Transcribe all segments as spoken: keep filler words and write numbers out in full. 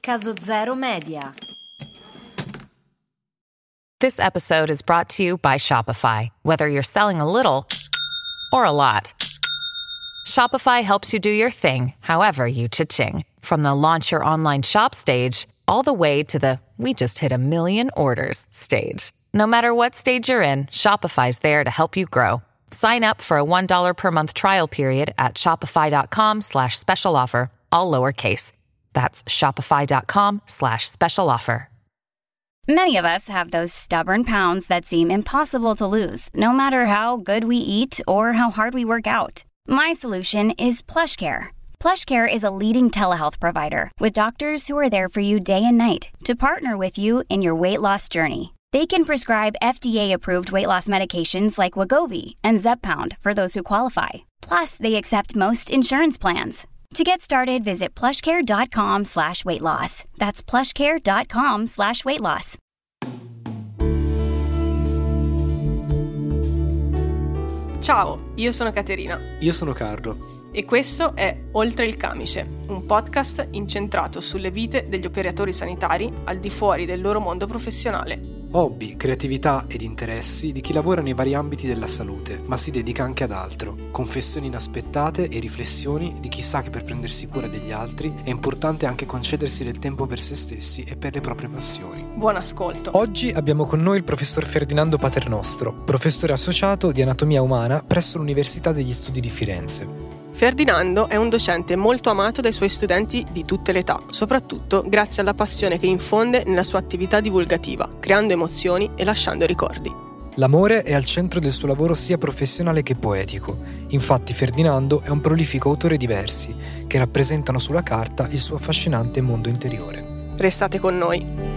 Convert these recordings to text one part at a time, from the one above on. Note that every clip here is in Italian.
Caso Zero Media. This episode is brought to you by Shopify. Whether you're selling a little or a lot, Shopify helps you do your thing, however you cha-ching. From the launch your online shop stage, all the way to the we just hit a million orders stage. No matter what stage you're in, Shopify's there to help you grow. Sign up for a one dollar per month trial period at shopify.com slash special offer, all lowercase. That's shopify.com slash special offer. Many of us have those stubborn pounds that seem impossible to lose, no matter how good we eat or how hard we work out. My solution is PlushCare. PlushCare is a leading telehealth provider with doctors who are there for you day and night to partner with you in your weight loss journey. They can prescribe F D A-approved weight loss medications like Wegovy and Zepbound for those who qualify. Plus, they accept most insurance plans. To get started, visit plushcare.com slash weight loss. That's plushcare.com slash weight loss. Ciao, io sono Caterina. Io sono Carlo. E questo è Oltre il Camice, un podcast incentrato sulle vite degli operatori sanitari al di fuori del loro mondo professionale. Hobby, creatività ed interessi di chi lavora nei vari ambiti della salute, ma si dedica anche ad altro. Confessioni inaspettate e riflessioni di chi sa che per prendersi cura degli altri è importante anche concedersi del tempo per se stessi e per le proprie passioni. Buon ascolto. Oggi abbiamo con noi il professor Ferdinando Paternostro, professore associato di anatomia umana presso l'Università degli Studi di Firenze. Ferdinando è un docente molto amato dai suoi studenti di tutte le età, soprattutto grazie alla passione che infonde nella sua attività divulgativa, creando emozioni e lasciando ricordi. L'amore è al centro del suo lavoro sia professionale che poetico. Infatti Ferdinando è un prolifico autore di versi che rappresentano sulla carta il suo affascinante mondo interiore. Restate con noi.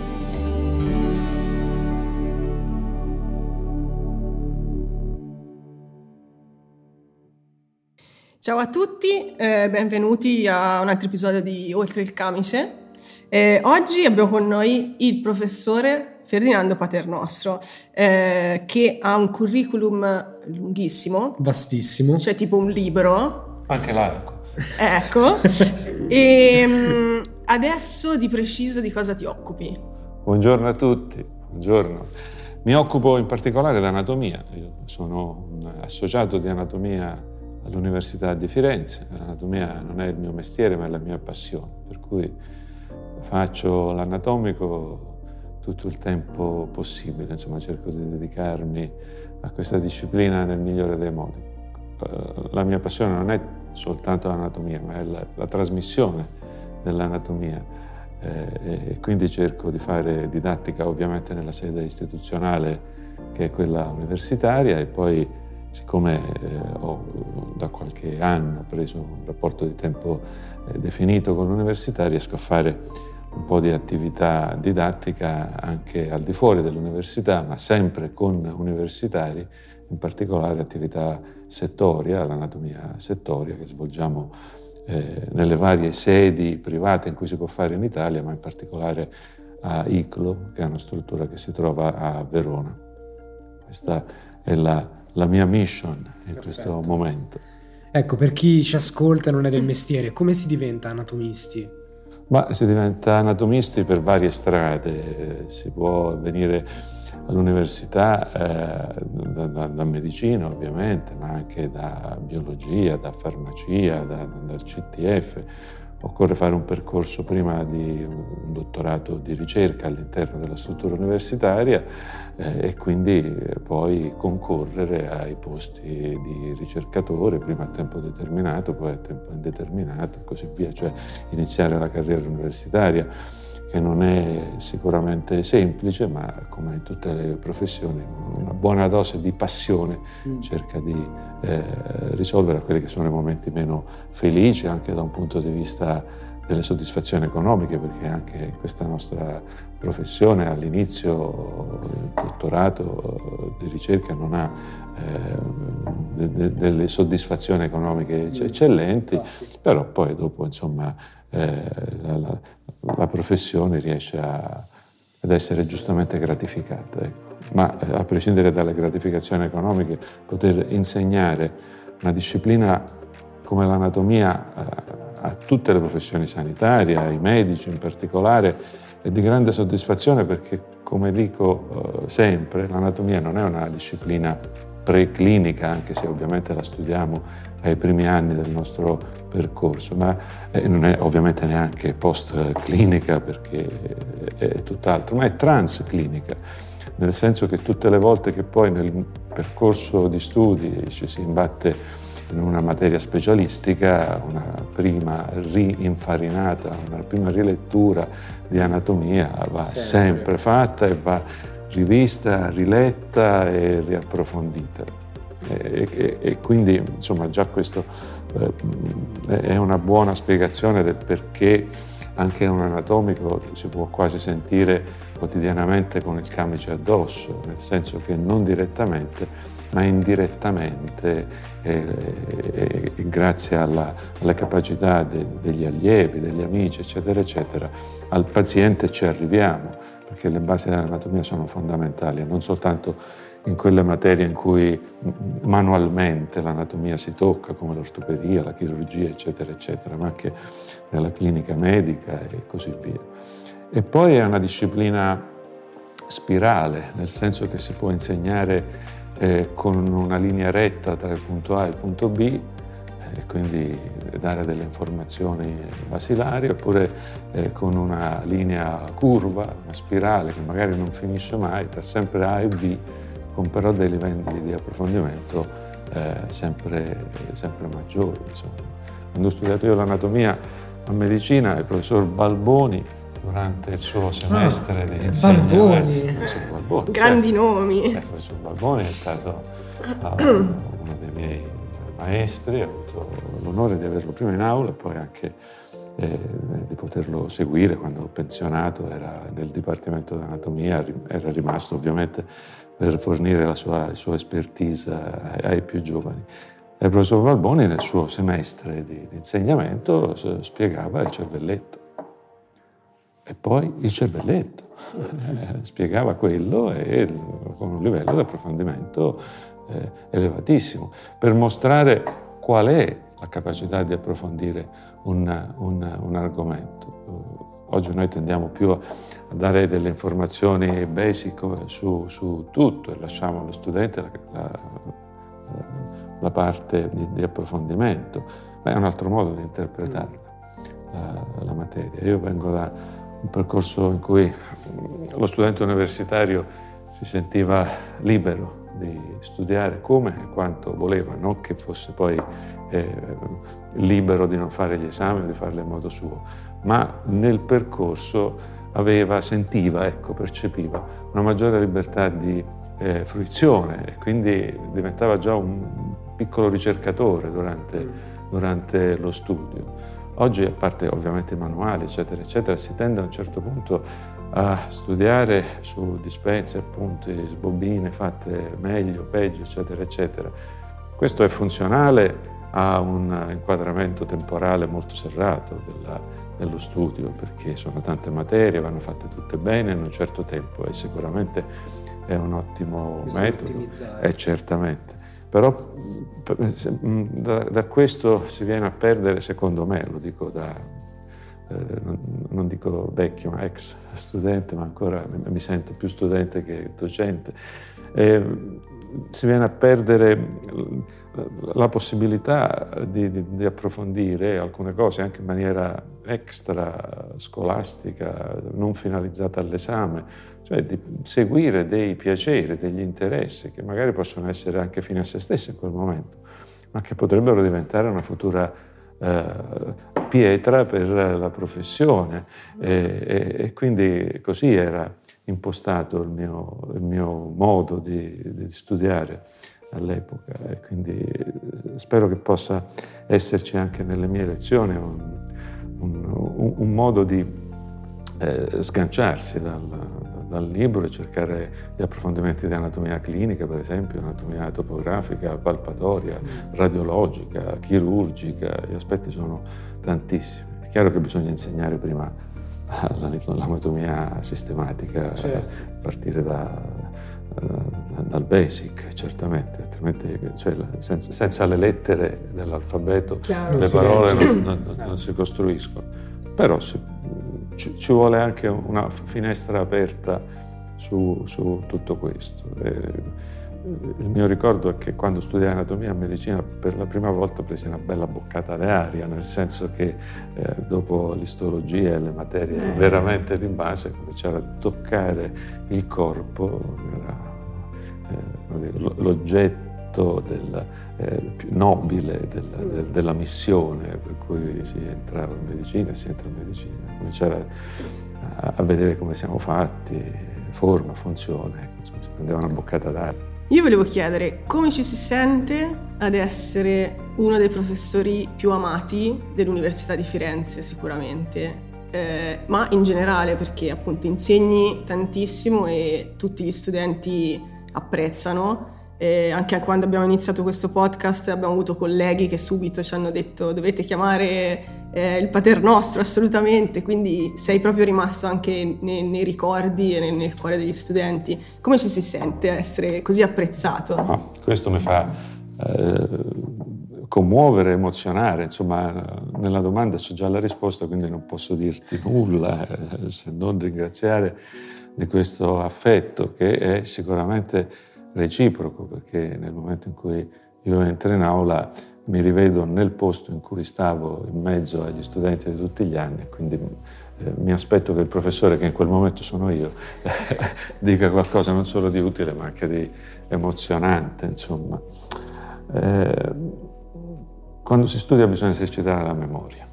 Ciao a tutti, eh, benvenuti a un altro episodio di Oltre il Camice. Eh, oggi abbiamo con noi il professore Ferdinando Paternostro, eh, che ha un curriculum lunghissimo. Vastissimo. Cioè tipo un libro. Anche largo. Ecco. E um, adesso di preciso di cosa ti occupi? Buongiorno a tutti, buongiorno. Mi occupo in particolare di anatomia. Io sono un associato di anatomia all'Università di Firenze. L'anatomia non è il mio mestiere, ma è la mia passione, per cui faccio l'anatomico tutto il tempo possibile, insomma cerco di dedicarmi a questa disciplina nel migliore dei modi. La mia passione non è soltanto l'anatomia, ma è la, la trasmissione dell'anatomia eh, e quindi cerco di fare didattica ovviamente nella sede istituzionale che è quella universitaria e poi siccome eh, ho da qualche anno preso un rapporto di tempo eh, definito con l'università, riesco a fare un po' di attività didattica anche al di fuori dell'università, ma sempre con universitari, in particolare attività settoria, l'anatomia settoria che svolgiamo eh, nelle varie sedi private in cui si può fare in Italia, ma in particolare a I C L O, che è una struttura che si trova a Verona. Questa è la la mia mission in Perfetto. Questo momento. Ecco, per chi ci ascolta e non è del mestiere, come si diventa anatomisti? Ma si diventa anatomisti per varie strade. Si può venire all'università eh, da, da, da medicina ovviamente, ma anche da biologia, da farmacia, da, dal C T F. Occorre fare un percorso prima di un dottorato di ricerca all'interno della struttura universitaria eh, e quindi poi concorrere ai posti di ricercatore, prima a tempo determinato, poi a tempo indeterminato e così via, cioè iniziare la carriera universitaria, che non è sicuramente semplice, ma come in tutte le professioni una buona dose di passione mm. cerca di eh, risolvere quelli che sono i momenti meno felici anche da un punto di vista delle soddisfazioni economiche, perché anche in questa nostra professione all'inizio il dottorato di ricerca non ha eh, de- de- delle soddisfazioni economiche eccellenti, però poi dopo insomma eh, la, la, la professione riesce a, ad essere giustamente gratificata, ecco. Ma eh, a prescindere dalle gratificazioni economiche, poter insegnare una disciplina come l'anatomia eh, a tutte le professioni sanitarie, ai medici in particolare, è di grande soddisfazione perché, come dico eh, sempre, l'anatomia non è una disciplina preclinica, anche se ovviamente la studiamo ai primi anni del nostro percorso, ma eh, non è ovviamente neanche post-clinica perché è, è tutt'altro, ma è transclinica, nel senso che tutte le volte che poi nel percorso di studi ci si imbatte in una materia specialistica, una prima rinfarinata, una prima rilettura di anatomia va sempre, sempre fatta e va rivista, riletta e riapprofondita. E, e, e quindi insomma già questo eh, è una buona spiegazione del perché anche un anatomico si può quasi sentire quotidianamente con il camice addosso, nel senso che non direttamente ma indirettamente eh, eh, eh, grazie alla, alle capacità de, degli allievi, degli amici eccetera eccetera, al paziente ci arriviamo, perché le basi dell'anatomia sono fondamentali, non soltanto in quelle materie in cui manualmente l'anatomia si tocca, come l'ortopedia, la chirurgia, eccetera, eccetera, ma anche nella clinica medica e così via. E poi è una disciplina spirale, nel senso che si può insegnare eh, con una linea retta tra il punto A e il punto B, e quindi dare delle informazioni basilari, oppure eh, con una linea curva, una spirale che magari non finisce mai, tra sempre A e B, con però dei livelli di approfondimento eh, sempre, sempre maggiori. Insomma. Quando ho studiato io l'anatomia a medicina, il professor Balboni, durante il suo semestre ah, di insegnamento, Balboni. il professor Balboni, grandi cioè, nomi. Il professor Balboni è stato uh, uno dei miei maestri, ho avuto l'onore di averlo prima in aula e poi anche eh, di poterlo seguire quando ho pensionato, era nel Dipartimento di Anatomia, era rimasto ovviamente per fornire la sua, la sua expertise ai, ai più giovani. E il professor Balboni nel suo semestre di, di insegnamento spiegava il cervelletto. E poi il cervelletto. Eh, spiegava quello e con un livello di approfondimento eh, elevatissimo, per mostrare qual è la capacità di approfondire un, un, un argomento. Oggi noi tendiamo più a dare delle informazioni basic su, su tutto e lasciamo allo studente la, la, la parte di, di approfondimento, ma è un altro modo di interpretarla, la, la materia. Io vengo da un percorso in cui lo studente universitario si sentiva libero di studiare come e quanto voleva, non che fosse poi eh, libero di non fare gli esami o di farli in modo suo, ma nel percorso aveva, sentiva, ecco, percepiva una maggiore libertà di eh, fruizione e quindi diventava già un piccolo ricercatore durante, durante lo studio. Oggi, a parte ovviamente i manuali, eccetera, eccetera, si tende a un certo punto a studiare su dispense, appunti, sbobine fatte meglio, peggio, eccetera, eccetera. Questo è funzionale a un inquadramento temporale molto serrato della, dello studio, perché sono tante materie, vanno fatte tutte bene in un certo tempo e sicuramente è un ottimo Bisogna metodo. Eh, certamente. Però da, da questo si viene a perdere, secondo me, lo dico da, eh, non, non dico vecchio, ma ex studente, ma ancora mi sento più studente che docente, eh, si viene a perdere la possibilità di, di, di approfondire alcune cose anche in maniera extra scolastica, non finalizzata all'esame, cioè di seguire dei piaceri, degli interessi che magari possono essere anche fini a se stessi in quel momento, ma che potrebbero diventare una futura eh, pietra per la professione. E, e, e quindi così era impostato il mio, il mio modo di, di studiare all'epoca, e quindi spero che possa esserci anche nelle mie lezioni un, un, un modo di eh, sganciarsi dal, dal libro e cercare gli approfondimenti di anatomia clinica, per esempio, anatomia topografica, palpatoria, radiologica, chirurgica. Gli aspetti sono tantissimi. È chiaro che bisogna insegnare prima l'anatomia sistematica, certo, a partire da, dal basic, certamente, altrimenti cioè, senza, senza le lettere dell'alfabeto Chiaro, le si parole legge. non, non, non si costruiscono. Però si, ci, ci vuole anche una finestra aperta su, su tutto questo. E, il mio ricordo è che quando studiai anatomia e medicina per la prima volta presi una bella boccata d'aria, nel senso che eh, dopo l'istologia e le materie veramente di base cominciare a toccare il corpo, era eh, l'oggetto del, eh, più nobile della, del, della missione per cui si entrava in medicina e si entra in medicina, cominciare a, a vedere come siamo fatti, forma, funzione, ecco, insomma, si prendeva una boccata d'aria. Io volevo chiedere come ci si sente ad essere uno dei professori più amati dell'Università di Firenze, sicuramente, eh, ma in generale perché appunto insegni tantissimo e tutti gli studenti apprezzano. Eh, anche quando abbiamo iniziato questo podcast abbiamo avuto colleghi che subito ci hanno detto dovete chiamare eh, il Paternostro assolutamente, quindi sei proprio rimasto anche nei, nei ricordi e nel, nel cuore degli studenti. Come ci si sente a essere così apprezzato? Ah, questo mi fa eh, commuovere, emozionare, insomma nella domanda c'è già la risposta, quindi non posso dirti nulla eh, se non ringraziare di questo affetto che è sicuramente reciproco, perché nel momento in cui io entro in aula mi rivedo nel posto in cui stavo in mezzo agli studenti di tutti gli anni, quindi eh, mi aspetto che il professore, che in quel momento sono io, dica qualcosa non solo di utile ma anche di emozionante, insomma. Eh, quando si studia bisogna esercitare la memoria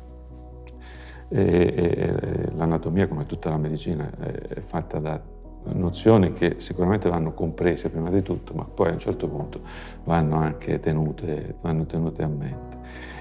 e, e l'anatomia, come tutta la medicina, è fatta da nozioni che sicuramente vanno comprese prima di tutto, ma poi a un certo punto vanno anche tenute, vanno tenute a mente.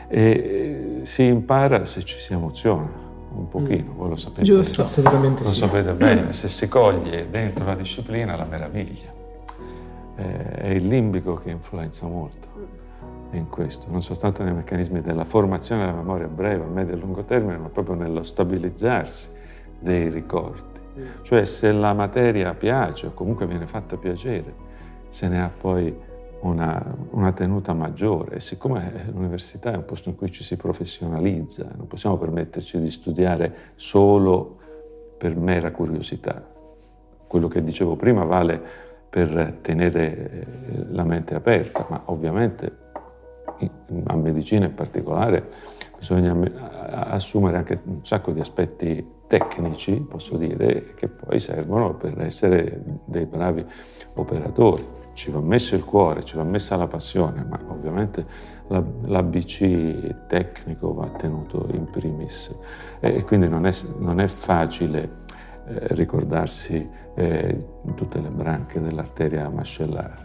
E si impara se ci si emoziona un pochino, voi lo sapete. Giusto, assolutamente lo sì. sapete bene, se si coglie dentro la disciplina la meraviglia. Eh, è il limbico che influenza molto in questo, non soltanto nei meccanismi della formazione della memoria breve, a medio e lungo termine, ma proprio nello stabilizzarsi dei ricordi. Cioè se la materia piace o comunque viene fatta piacere, se ne ha poi una, una tenuta maggiore. E siccome l'università è un posto in cui ci si professionalizza, non possiamo permetterci di studiare solo per mera curiosità. Quello che dicevo prima vale per tenere la mente aperta, ma ovviamente a medicina in particolare bisogna assumere anche un sacco di aspetti tecnici, posso dire, che poi servono per essere dei bravi operatori. Ci va messo il cuore, ci va messa la passione, ma ovviamente l'A B C tecnico va tenuto in primis. E quindi non è, non è facile eh, ricordarsi eh, tutte le branche dell'arteria mascellare.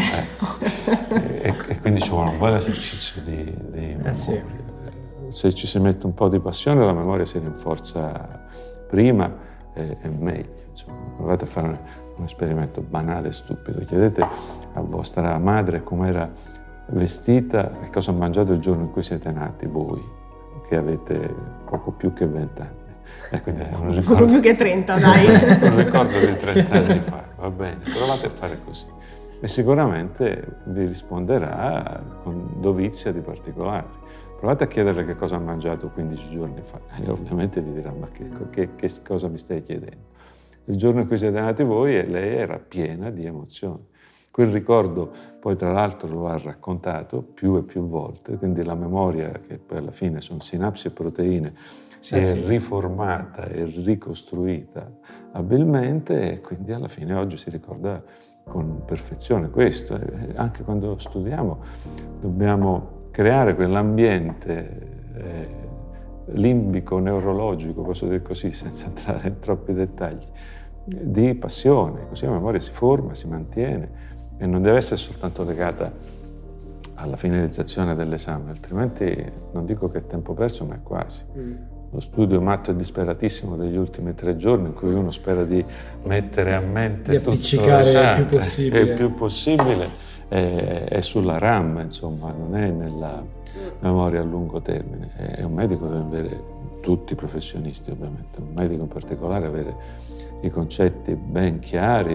Insomma, eh. e, e quindi ci vuole un buon esercizio di, di memoria. Eh sì. Se ci si mette un po' di passione, la memoria si rinforza prima e, e meglio. Insomma, provate a fare un, un esperimento banale e stupido. Chiedete a vostra madre com'era vestita e cosa ha mangiato il giorno in cui siete nati voi, che avete poco più che vent'anni. E quindi è un ricordo, poco più che trenta, dai. un ricordo di trent'anni fa, va bene. Provate a fare così. E sicuramente vi risponderà con dovizia di particolari. Provate a chiederle che cosa ha mangiato quindici giorni fa e ovviamente vi dirà ma che, che, che cosa mi stai chiedendo? Il giorno in cui siete nati voi e lei era piena di emozioni. Quel ricordo poi tra l'altro lo ha raccontato più e più volte, quindi la memoria, che poi alla fine sono sinapsi e proteine, si eh è sì. riformata e ricostruita abilmente e quindi alla fine oggi si ricorda con perfezione questo. E anche quando studiamo dobbiamo creare quell'ambiente eh, limbico, neurologico, posso dire così, senza entrare in troppi dettagli, di passione, così la memoria si forma, si mantiene e non deve essere soltanto legata alla finalizzazione dell'esame, altrimenti non dico che è tempo perso, ma è quasi. Mm. Lo studio matto e disperatissimo degli ultimi tre giorni in cui uno spera di mettere a mente di tutto l'esame il più possibile. il più possibile è, è sulla RAM, insomma, non è nella memoria a lungo termine. È un medico deve avere, tutti i professionisti ovviamente, un medico in particolare avere i concetti ben chiari,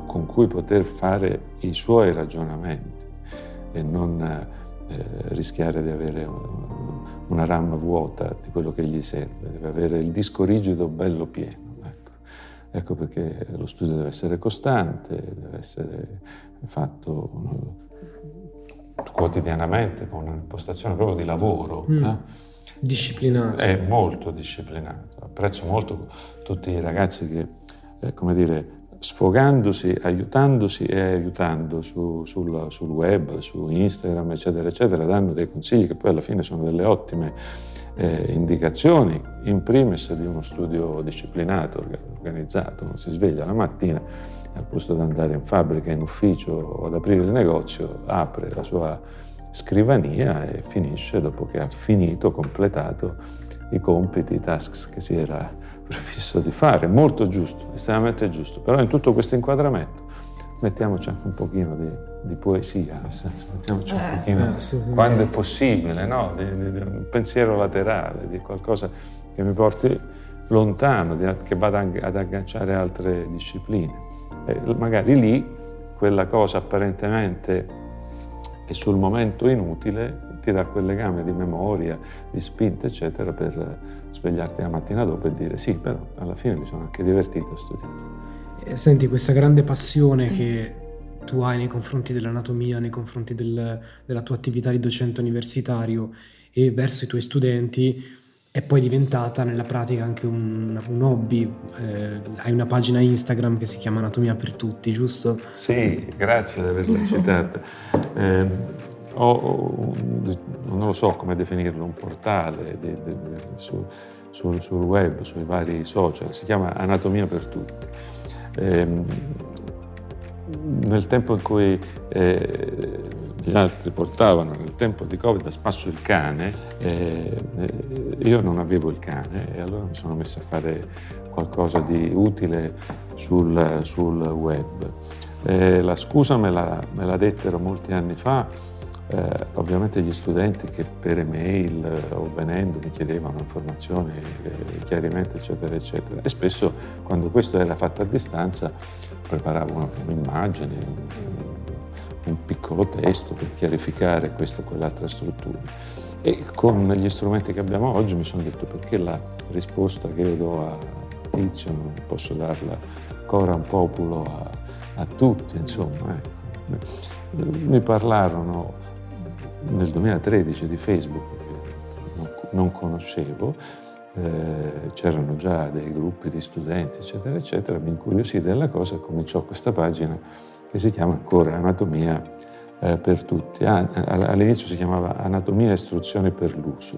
con cui poter fare i suoi ragionamenti e non eh, rischiare di avere una RAM vuota di quello che gli serve, deve avere il disco rigido bello pieno. Ecco, ecco perché lo studio deve essere costante, deve essere fatto quotidianamente con un'impostazione proprio di lavoro. Mm. Eh? Disciplinato. È molto disciplinato. Apprezzo molto tutti i ragazzi che, eh, come dire, sfogandosi, aiutandosi e aiutando su, sul, sul web, su Instagram, eccetera, eccetera, danno dei consigli che poi alla fine sono delle ottime eh, indicazioni, in primis di uno studio disciplinato, organizzato. Uno si sveglia la mattina e al posto di andare in fabbrica, in ufficio o ad aprire il negozio, apre la sua scrivania e finisce dopo che ha finito, completato i compiti, i tasks che si era prefisso di fare. Molto giusto, estremamente giusto, però in tutto questo inquadramento mettiamoci anche un pochino di, di poesia, nel senso, mettiamoci un pochino, eh, quando è possibile, no? di, di, di un pensiero laterale, di qualcosa che mi porti lontano, di, che vada ad agganciare altre discipline. E magari lì quella cosa apparentemente e sul momento inutile ti dà quel legame di memoria, di spinta, eccetera, per svegliarti la mattina dopo e dire sì, però alla fine mi sono anche divertito a studiare. Eh, senti, questa grande passione che tu hai nei confronti dell'anatomia, nei confronti del, della tua attività di docente universitario e verso i tuoi studenti, è poi diventata nella pratica anche un, un hobby. Eh, hai una pagina Instagram che si chiama Anatomia per Tutti, giusto? Sì, grazie di averla citata. Eh, ho, ho, non lo so come definirlo, un portale di, di, di, su, sul, sul web, sui vari social, si chiama Anatomia per Tutti. Eh, nel tempo in cui eh, gli altri portavano, nel tempo di Covid, a spasso il cane, eh, io non avevo il cane e allora mi sono messo a fare qualcosa di utile sul, sul web. Eh, la scusa me la, me la dettero molti anni fa, eh, ovviamente gli studenti che per email eh, o venendo mi chiedevano informazioni, eh, chiarimenti, eccetera, eccetera. E spesso, quando questo era fatto a distanza, preparavo un'immagine, un piccolo testo per chiarificare questa o quell'altra struttura. E con gli strumenti che abbiamo oggi mi sono detto: perché la risposta che io do a Tizio non posso darla coram populo a, a tutti, insomma. Ecco. Mi parlarono nel duemilatredici di Facebook, che non conoscevo, eh, c'erano già dei gruppi di studenti, eccetera, eccetera, mi incuriosì della cosa e cominciò questa pagina che si chiama ancora Anatomia eh, per Tutti. Ah, all'inizio si chiamava Anatomia e Istruzioni per l'Uso,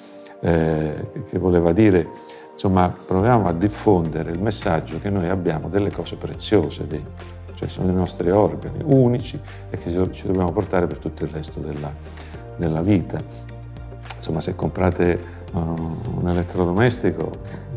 eh, che voleva dire, insomma, proviamo a diffondere il messaggio che noi abbiamo delle cose preziose dentro, cioè sono i nostri organi unici e che ci dobbiamo portare per tutto il resto della, della vita. Insomma, se comprate uh, un elettrodomestico,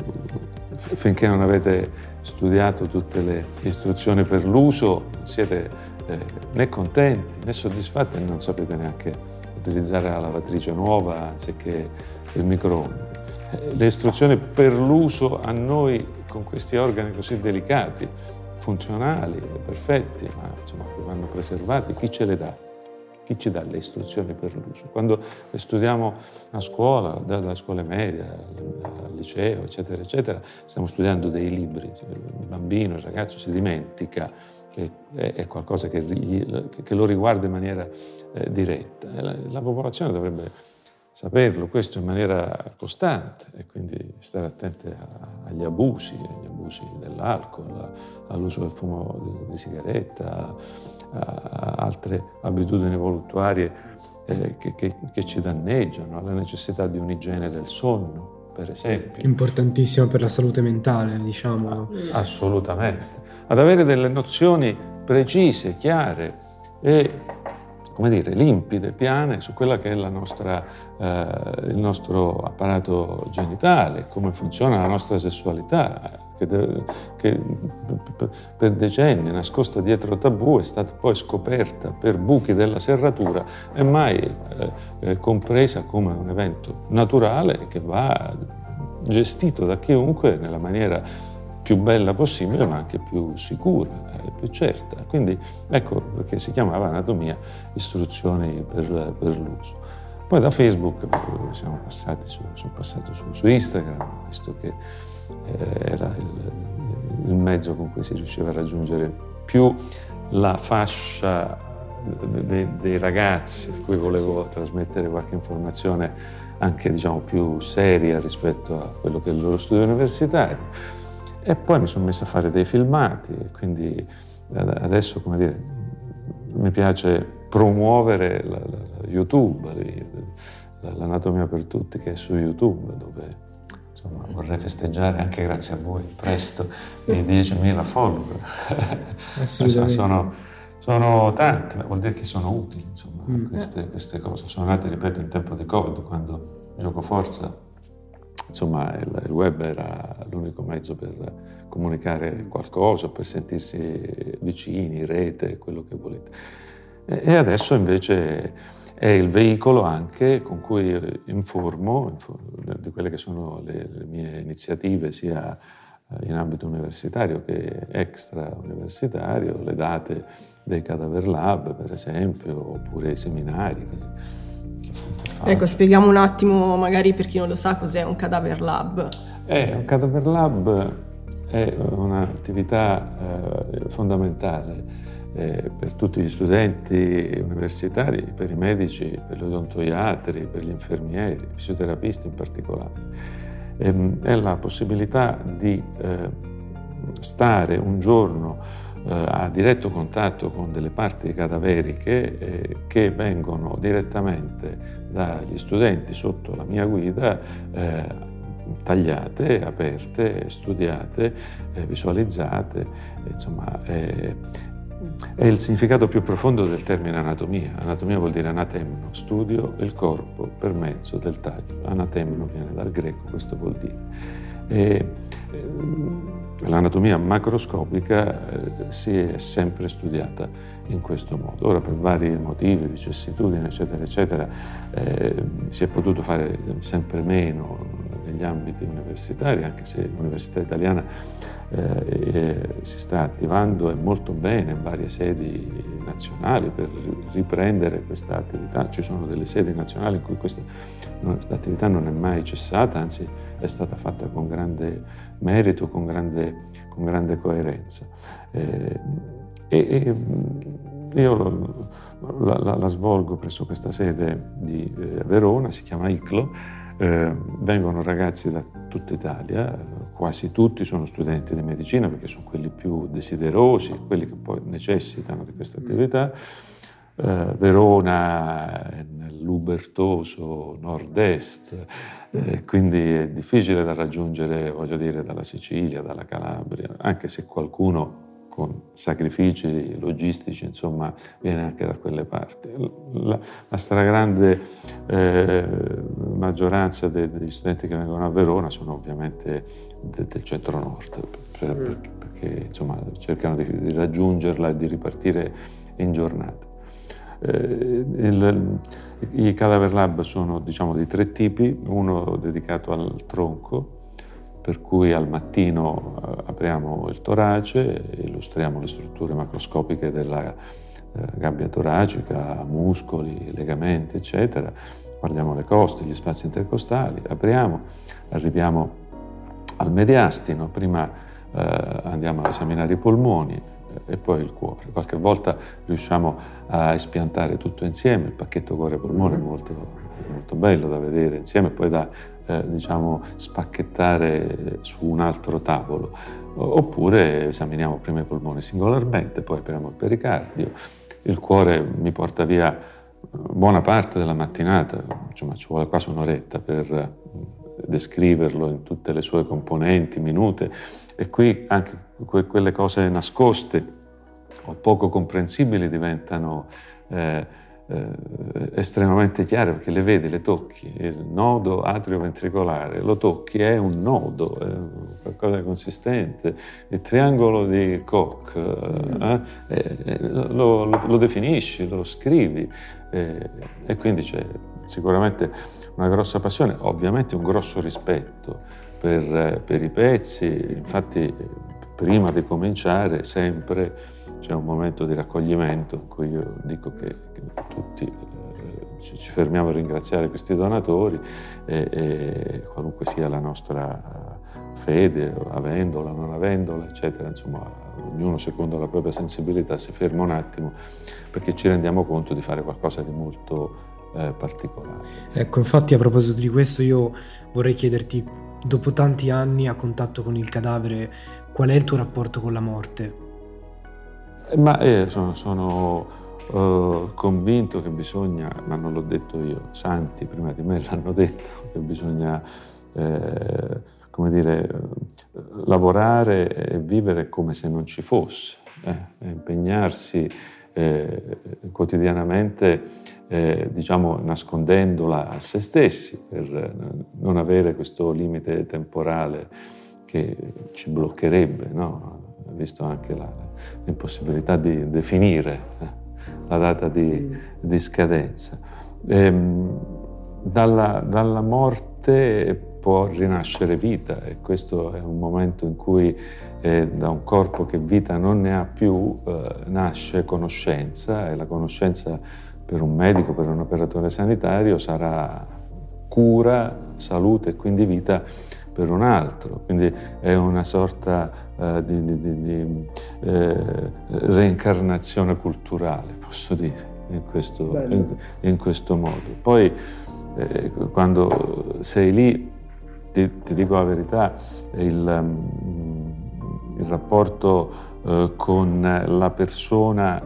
finché non avete studiato tutte le istruzioni per l'uso, siete eh, né contenti né soddisfatti e non sapete neanche utilizzare la lavatrice nuova anziché il microonde. Le istruzioni per l'uso a noi, con questi organi così delicati, funzionali, perfetti, ma insomma che vanno preservati, chi ce le dà? Chi ci dà le istruzioni per l'uso? Quando le studiamo a scuola, dalle scuole medie, al liceo, eccetera, eccetera, stiamo studiando dei libri. Il bambino, il ragazzo si dimentica che è qualcosa che, che lo riguarda in maniera eh, diretta. La, la popolazione dovrebbe saperlo questo in maniera costante e quindi stare attenti a, agli abusi, agli abusi dell'alcol, all'uso del fumo di, di sigaretta, a, a altre abitudini voluttuarie eh, che, che, che ci danneggiano, alla necessità di un'igiene del sonno, per esempio. Importantissimo per la salute mentale, diciamo. Assolutamente. Ad avere delle nozioni precise, chiare e, come dire, limpide, piane su quella che è la nostra, eh, il nostro apparato genitale, come funziona la nostra sessualità, che, deve, che per decenni, nascosta dietro tabù, è stata poi scoperta per buchi della serratura e mai eh, compresa come un evento naturale che va gestito da chiunque nella maniera più bella possibile, ma anche più sicura e più certa. Quindi ecco perché si chiamava Anatomia, istruzioni per, per l'uso. Poi da Facebook siamo passati su, sono passato su, su Instagram, visto che eh, era il, il mezzo con cui si riusciva a raggiungere più la fascia de, de, dei ragazzi, a cui volevo trasmettere qualche informazione anche, diciamo, più seria rispetto a quello che è il loro studio universitario. E poi mi sono messo a fare dei filmati, quindi adesso, come dire, mi piace promuovere la, la, YouTube, la, l'Anatomia per Tutti, che è su YouTube, dove insomma vorrei festeggiare, anche grazie a voi, presto i diecimila follower. Assolutamente. sono, sono tanti, ma vuol dire che sono utili, insomma, mm. queste, queste cose. Sono nate, ripeto, in tempo di Covid, quando Gioco Forza, insomma, il, il web era l'unico mezzo per comunicare qualcosa, per sentirsi vicini, rete, quello che volete. E, e adesso invece è il veicolo anche con cui informo, informo di quelle che sono le, le mie iniziative, sia in ambito universitario che extra universitario, le date dei Cadaver Lab, per esempio, oppure i seminari che, Ecco, spieghiamo un attimo, magari per chi non lo sa, cos'è un Cadaver Lab. Eh, un Cadaver Lab è un'attività eh, fondamentale eh, per tutti gli studenti universitari, per i medici, per gli odontoiatri, per gli infermieri, i fisioterapisti in particolare. E, è la possibilità di eh, stare un giorno a diretto contatto con delle parti cadaveriche eh, che vengono direttamente dagli studenti sotto la mia guida eh, tagliate, aperte, studiate, eh, visualizzate, insomma eh, è il significato più profondo del termine anatomia. Anatomia vuol dire anatemno, studio il corpo per mezzo del taglio. Anatemno viene dal greco, questo vuol dire. E, eh, l'anatomia macroscopica eh, si è sempre studiata in questo modo. Ora, per vari motivi, vicissitudini, eccetera, eccetera, eh, si è potuto fare sempre meno negli ambiti universitari, anche se l'Università Italiana eh, eh, si sta attivando e molto bene in varie sedi nazionali per riprendere questa attività. Ci sono delle sedi nazionali in cui questa attività non è mai cessata, anzi è stata fatta con grande merito, con grande, con grande coerenza. Eh, e, e io la, la, la svolgo presso questa sede di eh, Verona, si chiama I C L O, eh, vengono ragazzi da tutta Italia, quasi tutti sono studenti di medicina perché sono quelli più desiderosi, quelli che poi necessitano di questa attività. Eh, Verona è nell'ubertoso nord-est, eh, quindi è difficile da raggiungere, voglio dire, dalla Sicilia, dalla Calabria, anche se qualcuno con sacrifici logistici, insomma, viene anche da quelle parti. La, la stragrande eh, maggioranza de, degli studenti che vengono a Verona sono ovviamente de, del centro-nord, per, perché, perché insomma, cercano di, di raggiungerla e di ripartire in giornata. Eh, il, I Cadaver Lab sono, diciamo, di tre tipi, uno dedicato al tronco, per cui al mattino apriamo il torace, illustriamo le strutture macroscopiche della eh, gabbia toracica, muscoli, legamenti, eccetera, guardiamo le coste, gli spazi intercostali, apriamo, arriviamo al mediastino, prima eh, andiamo a esaminare i polmoni e poi il cuore. Qualche volta riusciamo a espiantare tutto insieme, il pacchetto cuore-polmone è molto, molto bello da vedere insieme, poi da eh, diciamo spacchettare su un altro tavolo, oppure esaminiamo prima i polmoni singolarmente, poi apriamo il pericardio. Il cuore mi porta via buona parte della mattinata, insomma ci vuole quasi un'oretta per descriverlo in tutte le sue componenti minute, e qui anche que- quelle cose nascoste o poco comprensibili diventano eh, eh, estremamente chiare, perché le vedi, le tocchi. Il nodo atrioventricolare lo tocchi, è un nodo, è qualcosa di consistente. Il triangolo di Koch eh, eh, lo, lo, lo definisci, lo scrivi, eh, e quindi c'è sicuramente una grossa passione, ovviamente un grosso rispetto per, per i pezzi. Infatti prima di cominciare sempre c'è un momento di raccoglimento in cui io dico che, che tutti eh, ci, ci fermiamo a ringraziare questi donatori e, e qualunque sia la nostra fede, avendola, non avendola, eccetera, insomma, ognuno secondo la propria sensibilità si ferma un attimo perché ci rendiamo conto di fare qualcosa di molto eh, particolare. Ecco, infatti a proposito di questo io vorrei chiederti, dopo tanti anni a contatto con il cadavere, qual è il tuo rapporto con la morte? Ma eh, sono, sono uh, convinto che bisogna, ma non l'ho detto io, santi prima di me l'hanno detto, che bisogna eh, come dire, lavorare e vivere come se non ci fosse, eh, impegnarsi eh, quotidianamente, eh, diciamo, nascondendola a se stessi per non avere questo limite temporale che ci bloccherebbe, no? Visto anche la, l'impossibilità di definire eh, la data di, di scadenza. Ehm, dalla, dalla morte può rinascere vita e questo è un momento in cui eh, da un corpo che vita non ne ha più eh, nasce conoscenza, e la conoscenza per un medico, per un operatore sanitario sarà cura, salute e quindi vita per un altro, quindi è una sorta uh, di, di, di, di eh, reincarnazione culturale, posso dire, in questo, in, in questo modo. Poi eh, quando sei lì, ti, ti dico la verità, il, um, il rapporto uh, con la persona,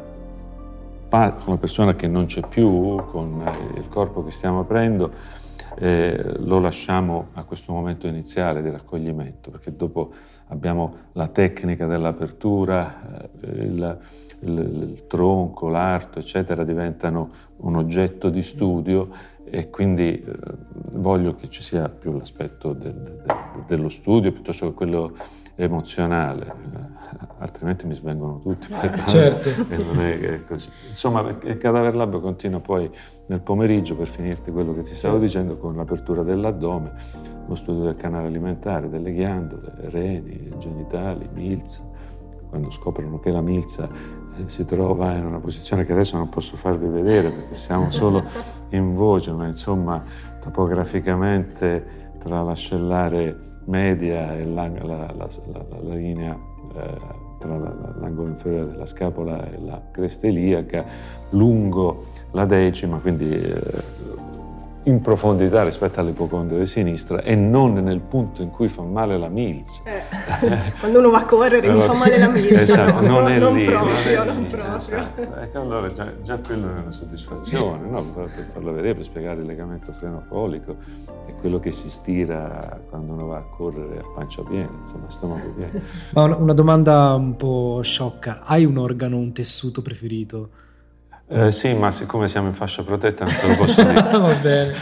con la persona che non c'è più, con il corpo che stiamo aprendo, Eh, lo lasciamo a questo momento iniziale di raccoglimento, perché dopo abbiamo la tecnica dell'apertura, eh, il, il, il tronco, l'arto, eccetera, diventano un oggetto di studio e quindi eh, voglio che ci sia più l'aspetto del, del, dello studio piuttosto che quello emozionale, eh, altrimenti mi svengono tutti. Certo. E non è che così. Insomma, il Cadaver Lab continua poi nel pomeriggio, per finirti quello che ti stavo certo. dicendo, con l'apertura dell'addome, lo studio del canale alimentare, delle ghiandole, reni, genitali, milza. Quando scoprono che la milza eh, si trova in una posizione che adesso non posso farvi vedere perché siamo solo in voce, ma insomma topograficamente tra l'ascellare media e la, la, la, la, la linea eh, tra la, la, l'angolo inferiore della scapola e la cresta iliaca, lungo la decima, quindi eh, in profondità rispetto all'ipocondrio di sinistra e non nel punto in cui fa male la milza. Eh, quando uno va a correre allora, mi fa male la milza, esatto, no, non, no, è non lì, proprio, non, è non lì, proprio. Esatto. Ecco, allora già, già quello è una soddisfazione, no? Per farlo vedere, per spiegare il legamento frenopolico e quello che si stira quando uno va a correre a pancia piena, insomma, a stomaco pieno. Ma una, una domanda un po' sciocca, hai un organo, un tessuto preferito? Eh, sì, ma siccome siamo in fascia protetta non te lo posso dire. Va bene.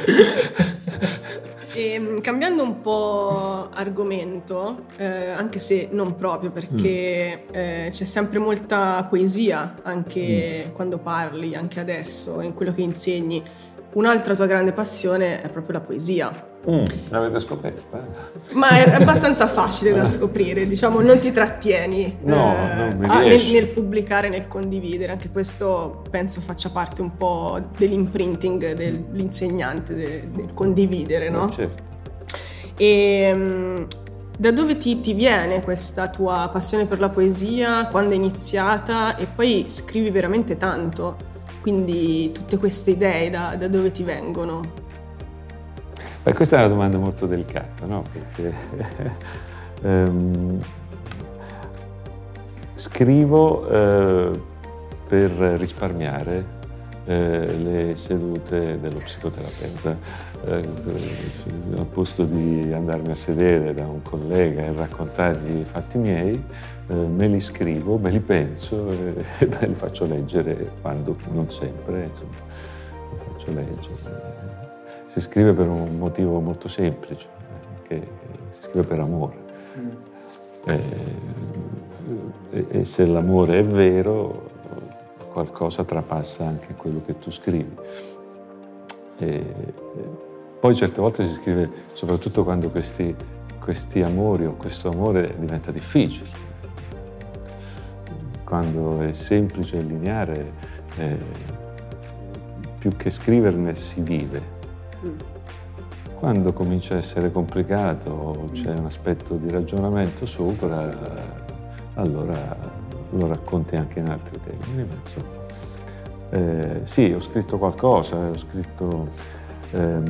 E, cambiando un po' argomento, eh, anche se non proprio, perché mm. eh, c'è sempre molta poesia anche mm. quando parli, anche adesso, in quello che insegni. Un'altra tua grande passione è proprio la poesia. Mm, l'avete scoperto? Eh? Ma è abbastanza facile da scoprire, diciamo, non ti trattieni no, eh, non mi a, nel, nel pubblicare, nel condividere. Anche questo penso faccia parte un po' dell'imprinting dell'insegnante, del, del condividere, no? Eh, certo. E um, da dove ti, ti viene questa tua passione per la poesia? Quando è iniziata? E poi scrivi veramente tanto, quindi tutte queste idee da, da dove ti vengono? Beh, questa è una domanda molto delicata, no? Perché ehm, scrivo eh, per risparmiare eh, le sedute dello psicoterapeuta. Eh, al posto di andarmi a sedere da un collega e raccontargli i fatti miei, eh, me li scrivo, me li penso e, e me li faccio leggere quando, non sempre, insomma, li faccio leggere. Si scrive per un motivo molto semplice, che si scrive per amore. Mm. E, e, e se l'amore è vero, qualcosa trapassa anche quello che tu scrivi. E, e poi certe volte si scrive, soprattutto quando questi questi amori o questo amore diventa difficile. Quando è semplice e lineare, eh, più che scriverne si vive. Mm. Quando comincia a essere complicato, c'è un aspetto di ragionamento sopra, sì. Allora lo racconti anche in altri termini. Eh, sì, ho scritto qualcosa, ho scritto ehm,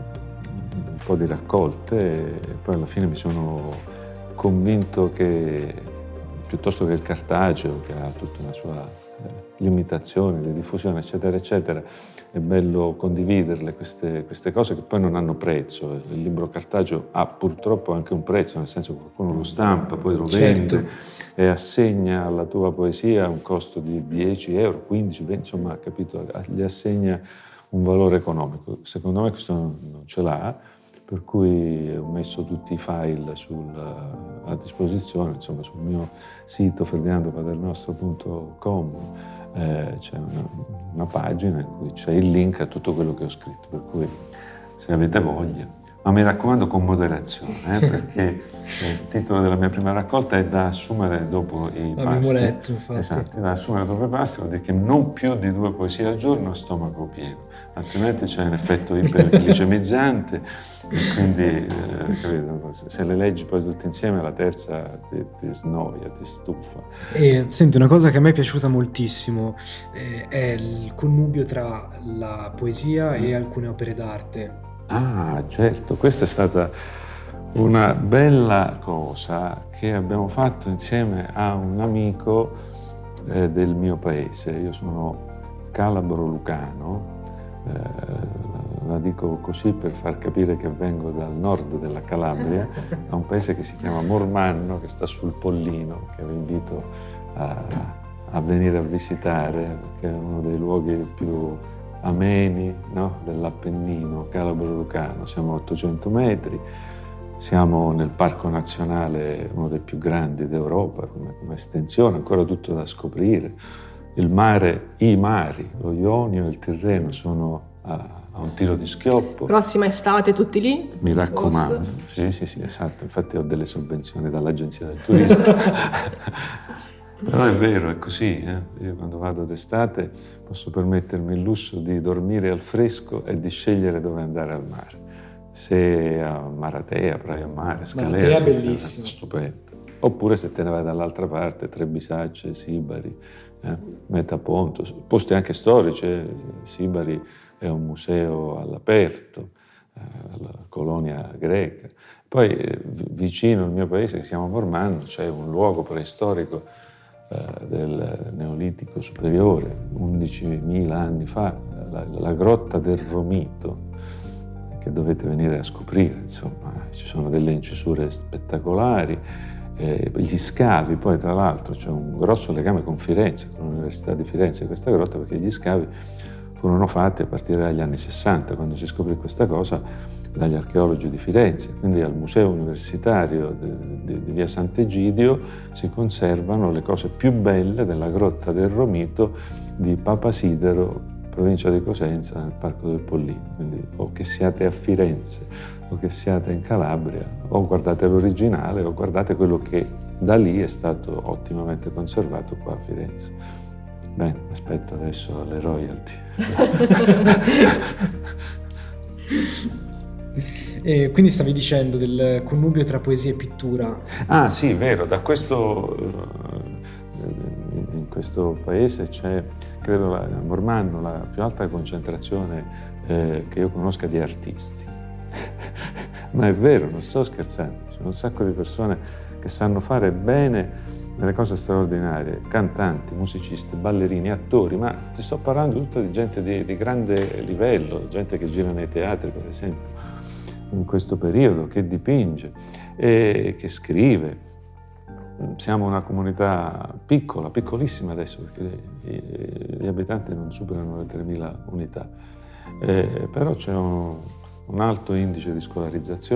un po' di raccolte e poi alla fine mi sono convinto che piuttosto che il cartaceo, che ha tutta una sua eh, limitazione di diffusione, eccetera, eccetera, è bello condividerle queste, queste cose che poi non hanno prezzo. Il libro cartaceo ha purtroppo anche un prezzo, nel senso che qualcuno lo stampa, poi lo certo. vende e assegna alla tua poesia un costo di dieci euro, quindici, venti, insomma, capito? Gli assegna un valore economico. Secondo me questo non ce l'ha, per cui ho messo tutti i file sul, a disposizione, insomma, sul mio sito ferdinando paternostro punto com. Eh, c'è una, una pagina in cui c'è il link a tutto quello che ho scritto, per cui se avete voglia, ma mi raccomando con moderazione, eh, perché il titolo della mia prima raccolta è Da assumere dopo i L'abbiamo pasti. letto, infatti. Esatto, da assumere dopo i pasti vuol dire che non più di due poesie al giorno a stomaco pieno, altrimenti c'è un effetto iperglicemizzante e quindi eh, capito, se le leggi poi tutte insieme la terza ti, ti snoia, ti stufa. E senti, una cosa che a me è piaciuta moltissimo eh, è il connubio tra la poesia e alcune opere d'arte. Ah, certo, questa è stata una bella cosa che abbiamo fatto insieme a un amico eh, del mio paese. Io sono calabro lucano, eh, la dico così per far capire che vengo dal nord della Calabria, da un paese che si chiama Mormanno, che sta sul Pollino, che vi invito a, a venire a visitare, perché è uno dei luoghi più ameni, no? dell'Appennino calabro-lucano. Siamo a ottocento metri, siamo nel parco nazionale, uno dei più grandi d'Europa come, come estensione, ancora tutto da scoprire. Il mare, i mari, lo Ionio e il Tirreno sono a, a un tiro di schioppo. Prossima estate tutti lì? Mi raccomando. Sì, sì, sì, esatto. Infatti ho delle sovvenzioni dall'Agenzia del Turismo. Però è vero, è così. Eh? Io quando vado d'estate posso permettermi il lusso di dormire al fresco e di scegliere dove andare al mare. Se a Maratea, Praia Mare, Scalea, Maratea è bellissimo. Stupendo. Oppure se te ne vai dall'altra parte, Trebisacce, Sibari, eh? Metaponto, posti anche storici. Eh? Sibari è un museo all'aperto, eh, alla colonia greca. Poi eh, vicino al mio paese, che si chiama Mormanno, c'è un luogo preistorico del Neolitico superiore, undicimila anni fa, la, la grotta del Romito, che dovete venire a scoprire, insomma, ci sono delle incisure spettacolari, eh, gli scavi, poi tra l'altro c'è un grosso legame con Firenze, con l'Università di Firenze, questa grotta, perché gli scavi furono fatti a partire dagli anni sessanta, quando si scoprì questa cosa, dagli archeologi di Firenze. Quindi al Museo Universitario di Via Sant'Egidio si conservano le cose più belle della grotta del Romito di Papasidero, provincia di Cosenza, nel Parco del Pollino. Quindi o che siate a Firenze o che siate in Calabria, o guardate l'originale o guardate quello che da lì è stato ottimamente conservato qua a Firenze. Bene, aspetto adesso le royalty. E quindi stavi dicendo del connubio tra poesia e pittura. Ah sì, vero, da questo, in questo paese c'è, credo, a Mormanno, la più alta concentrazione eh, che io conosca di artisti. Ma è vero, non sto scherzando, c'è un sacco di persone che sanno fare bene delle cose straordinarie, cantanti, musicisti, ballerini, attori, ma ti sto parlando tutta di gente di, di grande livello, gente che gira nei teatri, per esempio, in questo periodo, che dipinge e che scrive. Siamo una comunità piccola, piccolissima adesso, perché gli abitanti non superano le tremila unità, eh, però c'è un, un alto indice di scolarizzazione,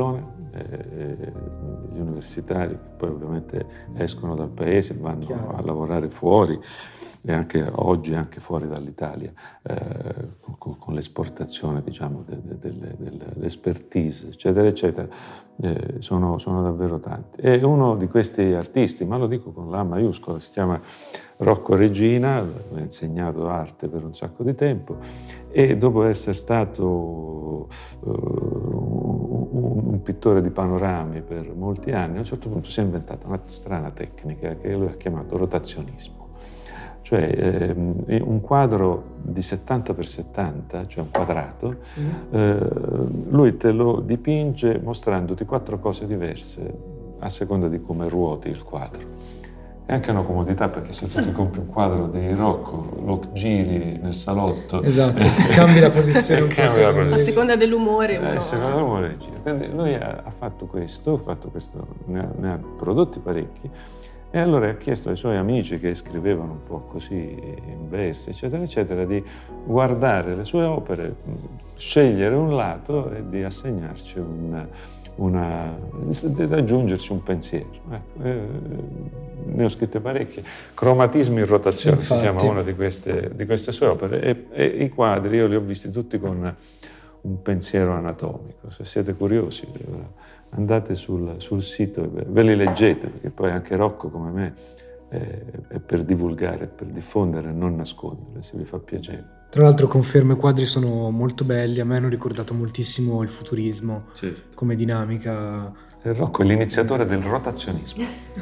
eh, gli universitari che poi ovviamente escono dal paese, vanno Chiaro. a lavorare fuori e anche oggi anche fuori dall'Italia, eh, con, con l'esportazione, diciamo, de, de, de, de, dell'expertise, eccetera, eccetera, eh, sono, sono davvero tanti. E uno di questi artisti, ma lo dico con la maiuscola, si chiama Rocco Regina, ha insegnato arte per un sacco di tempo e dopo essere stato uh, un, un pittore di panorami per molti anni, a un certo punto si è inventata una strana tecnica che lui ha chiamato rotazionismo. Cioè eh, un quadro di settanta per settanta, cioè un quadrato, mm. eh, lui te lo dipinge mostrandoti quattro cose diverse a seconda di come ruoti il quadro. È anche una comodità, perché se tu ti compri un quadro di Rocco, lo giri nel salotto, esatto, cambi la posizione un po' a seconda dell'umore. Eh, a seconda dell'umore gira. Quindi lui ha, ha fatto questo, ha fatto questo, ne ha, ne ha prodotti parecchi. E allora ha chiesto ai suoi amici che scrivevano un po' così in versi, eccetera, eccetera, di guardare le sue opere, scegliere un lato e di assegnarci un, una, di aggiungerci un pensiero. Ecco, eh, ne ho scritte parecchie. Cromatismi in rotazione, infatti, si chiama una di queste, di queste sue opere. E, e i quadri io li ho visti tutti con un pensiero anatomico. Se siete curiosi, andate sul, sul sito e ve li leggete, perché poi anche Rocco, come me, è, è per divulgare, per diffondere e non nascondere, se vi fa piacere. Tra l'altro confermo, i quadri sono molto belli, a me hanno ricordato moltissimo il futurismo, certo, come dinamica. E Rocco è l'iniziatore del rotazionismo.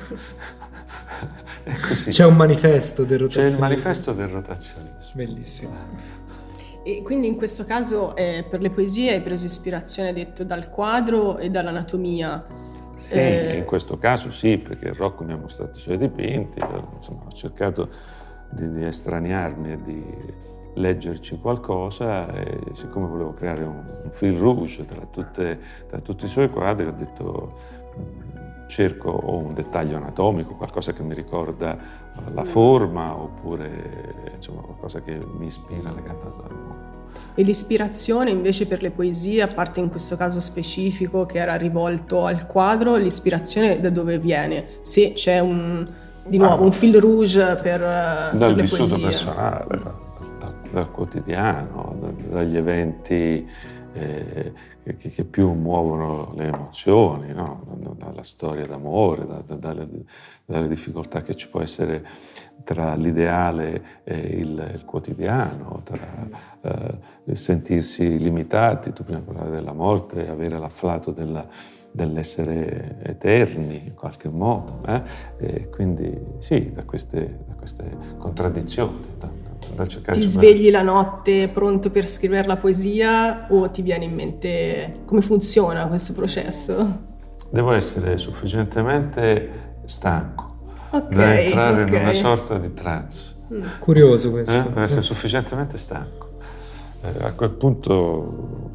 È così. C'è un manifesto del rotazionismo. C'è il manifesto del rotazionismo. Bellissimo. E quindi in questo caso eh, per le poesie hai preso ispirazione, detto, dal quadro e dall'anatomia. Sì, eh... in questo caso sì, perché Rocco mi ha mostrato i suoi dipinti, insomma, ho cercato di, di estraniarmi e di leggerci qualcosa, e siccome volevo creare un, un fil rouge tra, tutte, tra tutti i suoi quadri, ho detto cerco o un dettaglio anatomico, qualcosa che mi ricorda la forma, oppure insomma qualcosa che mi ispira legato all'uomo. E l'ispirazione invece per le poesie, a parte in questo caso specifico che era rivolto al quadro, l'ispirazione da dove viene? Se c'è un, di nuovo, ah, un fil rouge per, dal per le vissuto poesie. personale, dal, dal, dal quotidiano, da, dagli eventi eh, che, che più muovono le emozioni, no? Dalla storia d'amore, da, da, dalle, dalle difficoltà che ci può essere tra l'ideale e il, il quotidiano, tra eh, sentirsi limitati, tu prima parlavi della morte, avere l'afflato della, dell'essere eterni in qualche modo, eh? E quindi sì, da queste, da queste contraddizioni. Da, da cercare ti svegli la notte pronto per scrivere la poesia o ti viene in mente come funziona questo processo? Devo essere sufficientemente stanco, okay, da entrare okay. in una sorta di trance. Mm. Curioso questo. Eh? Devo essere sufficientemente stanco. Eh, a quel punto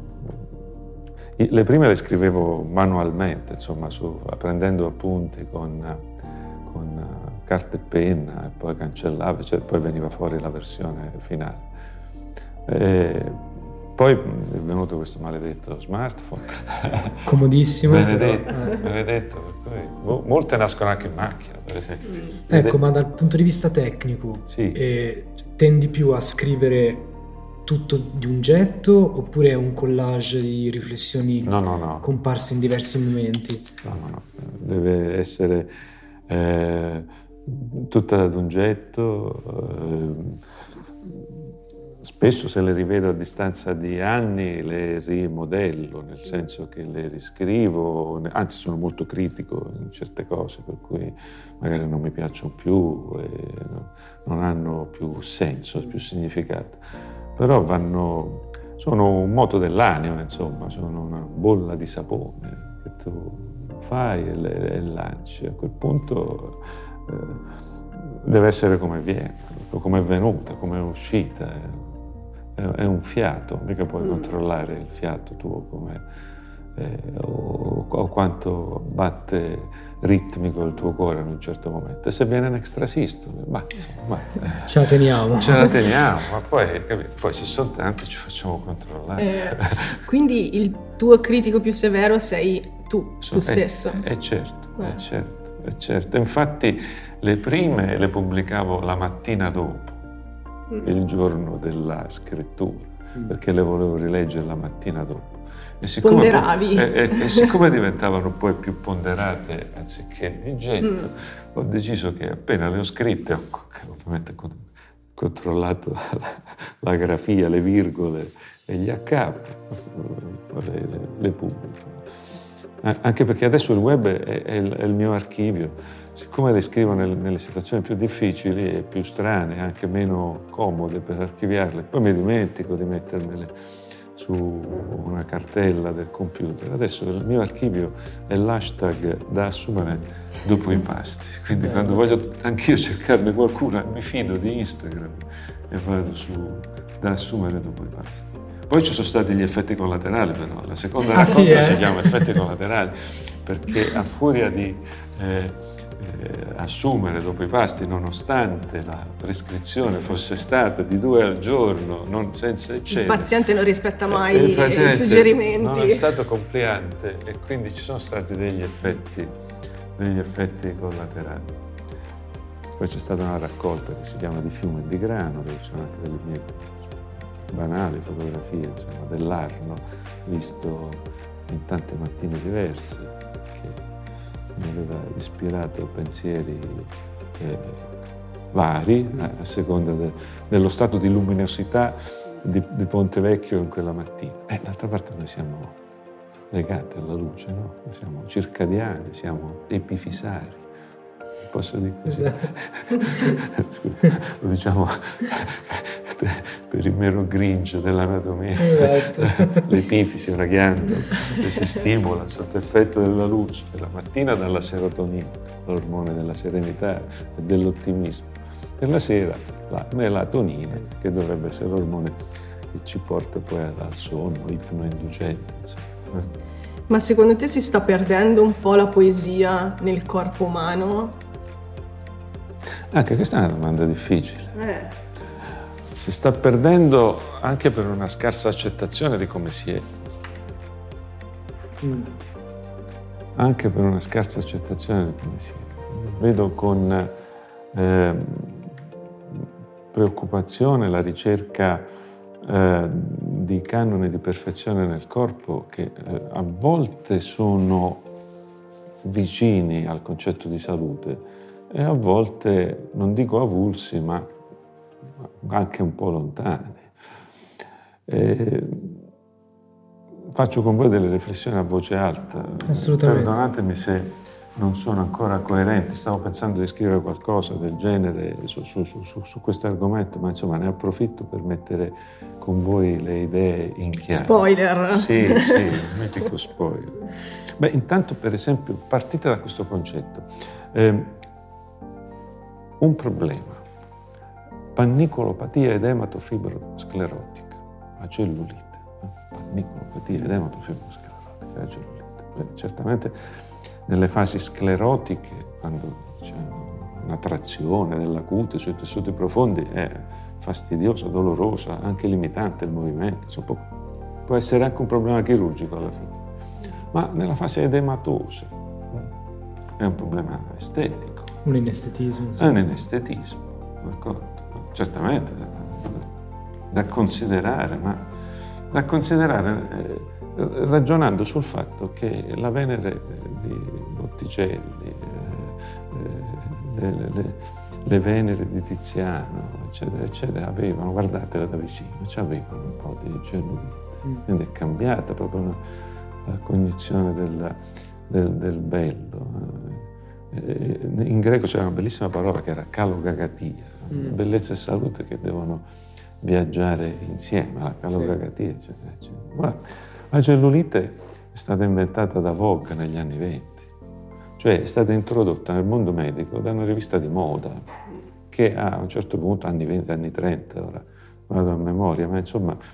le prime le scrivevo manualmente, insomma, su, prendendo appunti con, con carta e penna, e poi cancellavo, cioè, poi veniva fuori la versione finale. E poi è venuto questo maledetto smartphone. Comodissimo. Benedetto, però, eh. benedetto. Per cui, molte nascono anche in macchina, per esempio. Mm. Ecco, ma dal punto di vista tecnico, sì. eh, tendi più a scrivere tutto di un getto oppure è un collage di riflessioni no, no, no. comparse in diversi momenti? No, no, no. Deve essere eh, tutta ad un getto. Eh, spesso se le rivedo a distanza di anni le rimodello, nel senso che le riscrivo, anzi sono molto critico in certe cose, per cui magari non mi piacciono più e non hanno più senso, più significato. Però vanno, sono un moto dell'anima, insomma, sono una bolla di sapone che tu fai e, le, e lanci. A quel punto eh, deve essere come viene, come è venuta, come è uscita. È, è un fiato, mica puoi mm. controllare il fiato tuo come eh, o, o quanto batte ritmico il tuo cuore in un certo momento. E se viene un extrasistole, ma insomma, ma, ce la teniamo. Ce la teniamo, ma poi, capito? Poi se sono tanti ci facciamo controllare. Eh, quindi il tuo critico più severo sei tu, so, tu stesso. È, è certo, eh. è certo, è certo. Infatti le prime le pubblicavo la mattina dopo, mm. il giorno della scrittura, mm. perché le volevo rileggere la mattina dopo. E siccome, Ponderavi. E, e, e siccome diventavano poi più ponderate anziché di getto, mm. ho deciso che appena le ho scritte, ho ovviamente controllato la, la grafia, le virgole e gli accapi, le, le, le pubblico. Anche perché adesso il web è, è, il, è il mio archivio. Siccome le scrivo nel, nelle situazioni più difficili e più strane, anche meno comode per archiviarle, poi mi dimentico di mettermele su una cartella del computer. Adesso il mio archivio è l'hashtag da assumere dopo i pasti. Quindi Beh, quando voglio anch'io cercarne qualcuna, mi fido di Instagram e vado su da assumere dopo i pasti. Poi ci sono stati gli effetti collaterali, però. La seconda ah, raccolta sì, eh? si chiama effetti collaterali, perché a furia di eh, eh, assumere dopo i pasti, nonostante la prescrizione fosse stata di due al giorno, non senza eccedere. Il paziente non rispetta mai i suggerimenti. Non è stato compliante e quindi ci sono stati degli effetti, degli effetti collaterali. Poi c'è stata una raccolta che si chiama Di fiume e di grano, dove ci sono anche delle mie banali fotografie, insomma, dell'Arno, visto in tante mattine diverse, che mi aveva ispirato pensieri eh, vari, a, a seconda de, dello stato di luminosità di, di Ponte Vecchio in quella mattina. E d'altra parte noi siamo legati alla luce, no? Noi siamo circadiani, siamo epifisari. Posso dire così? Scusa, lo diciamo per il mero grincio dell'anatomia. Esatto. L'epifisi è una ghiandola che si stimola sotto effetto della luce, la mattina dalla serotonina, l'ormone della serenità e dell'ottimismo, e la sera la melatonina, che dovrebbe essere l'ormone che ci porta poi al sonno, ipnoinducente, insomma. Ma secondo te si sta perdendo un po' la poesia nel corpo umano? Anche questa è una domanda difficile. Eh. Si sta perdendo anche per una scarsa accettazione di come si è. Mm. Anche per una scarsa accettazione di come si è. Vedo con eh, preoccupazione la ricerca eh, di canoni di perfezione nel corpo che eh, a volte sono vicini al concetto di salute e a volte, non dico avulsi, ma anche un po' lontani. E faccio con voi delle riflessioni a voce alta. Assolutamente. Perdonatemi se non sono ancora coerente, stavo pensando di scrivere qualcosa del genere su, su, su, su questo argomento, ma insomma ne approfitto per mettere con voi le idee in chiaro. Spoiler! Sì, sì, un mitico spoiler. Beh, intanto, per esempio, partite da questo concetto. Eh, un problema, pannicolopatia edematofibrosclerotica, la cellulite. Eh? Pannicolopatia edematofibrosclerotica, la cellulite. Beh, certamente nelle fasi sclerotiche, quando c'è una trazione della cute sui tessuti profondi, è fastidiosa, dolorosa, anche limitante il movimento, insomma, può, può essere anche un problema chirurgico alla fine. Ma nella fase edematosa è un problema estetico. Un inestetismo. Sì. È un inestetismo, d'accordo? Certamente da, da considerare, ma da considerare eh, ragionando sul fatto che la Venere di Botticelli, eh, le, le, le Venere di Tiziano, eccetera, eccetera, avevano, guardatela da vicino, avevano un po' di cellulite. Mm. Quindi è cambiata proprio una, la cognizione del, del, del bello. In greco c'era una bellissima parola che era kalogagatia, mm. bellezza e salute che devono viaggiare insieme, la kalogagatia, sì. eccetera, eccetera. Guarda, la cellulite è stata inventata da Vogue negli anni venti, cioè è stata introdotta nel mondo medico da una rivista di moda che a un certo punto, anni venti, anni trenta, ora vado a memoria, ma insomma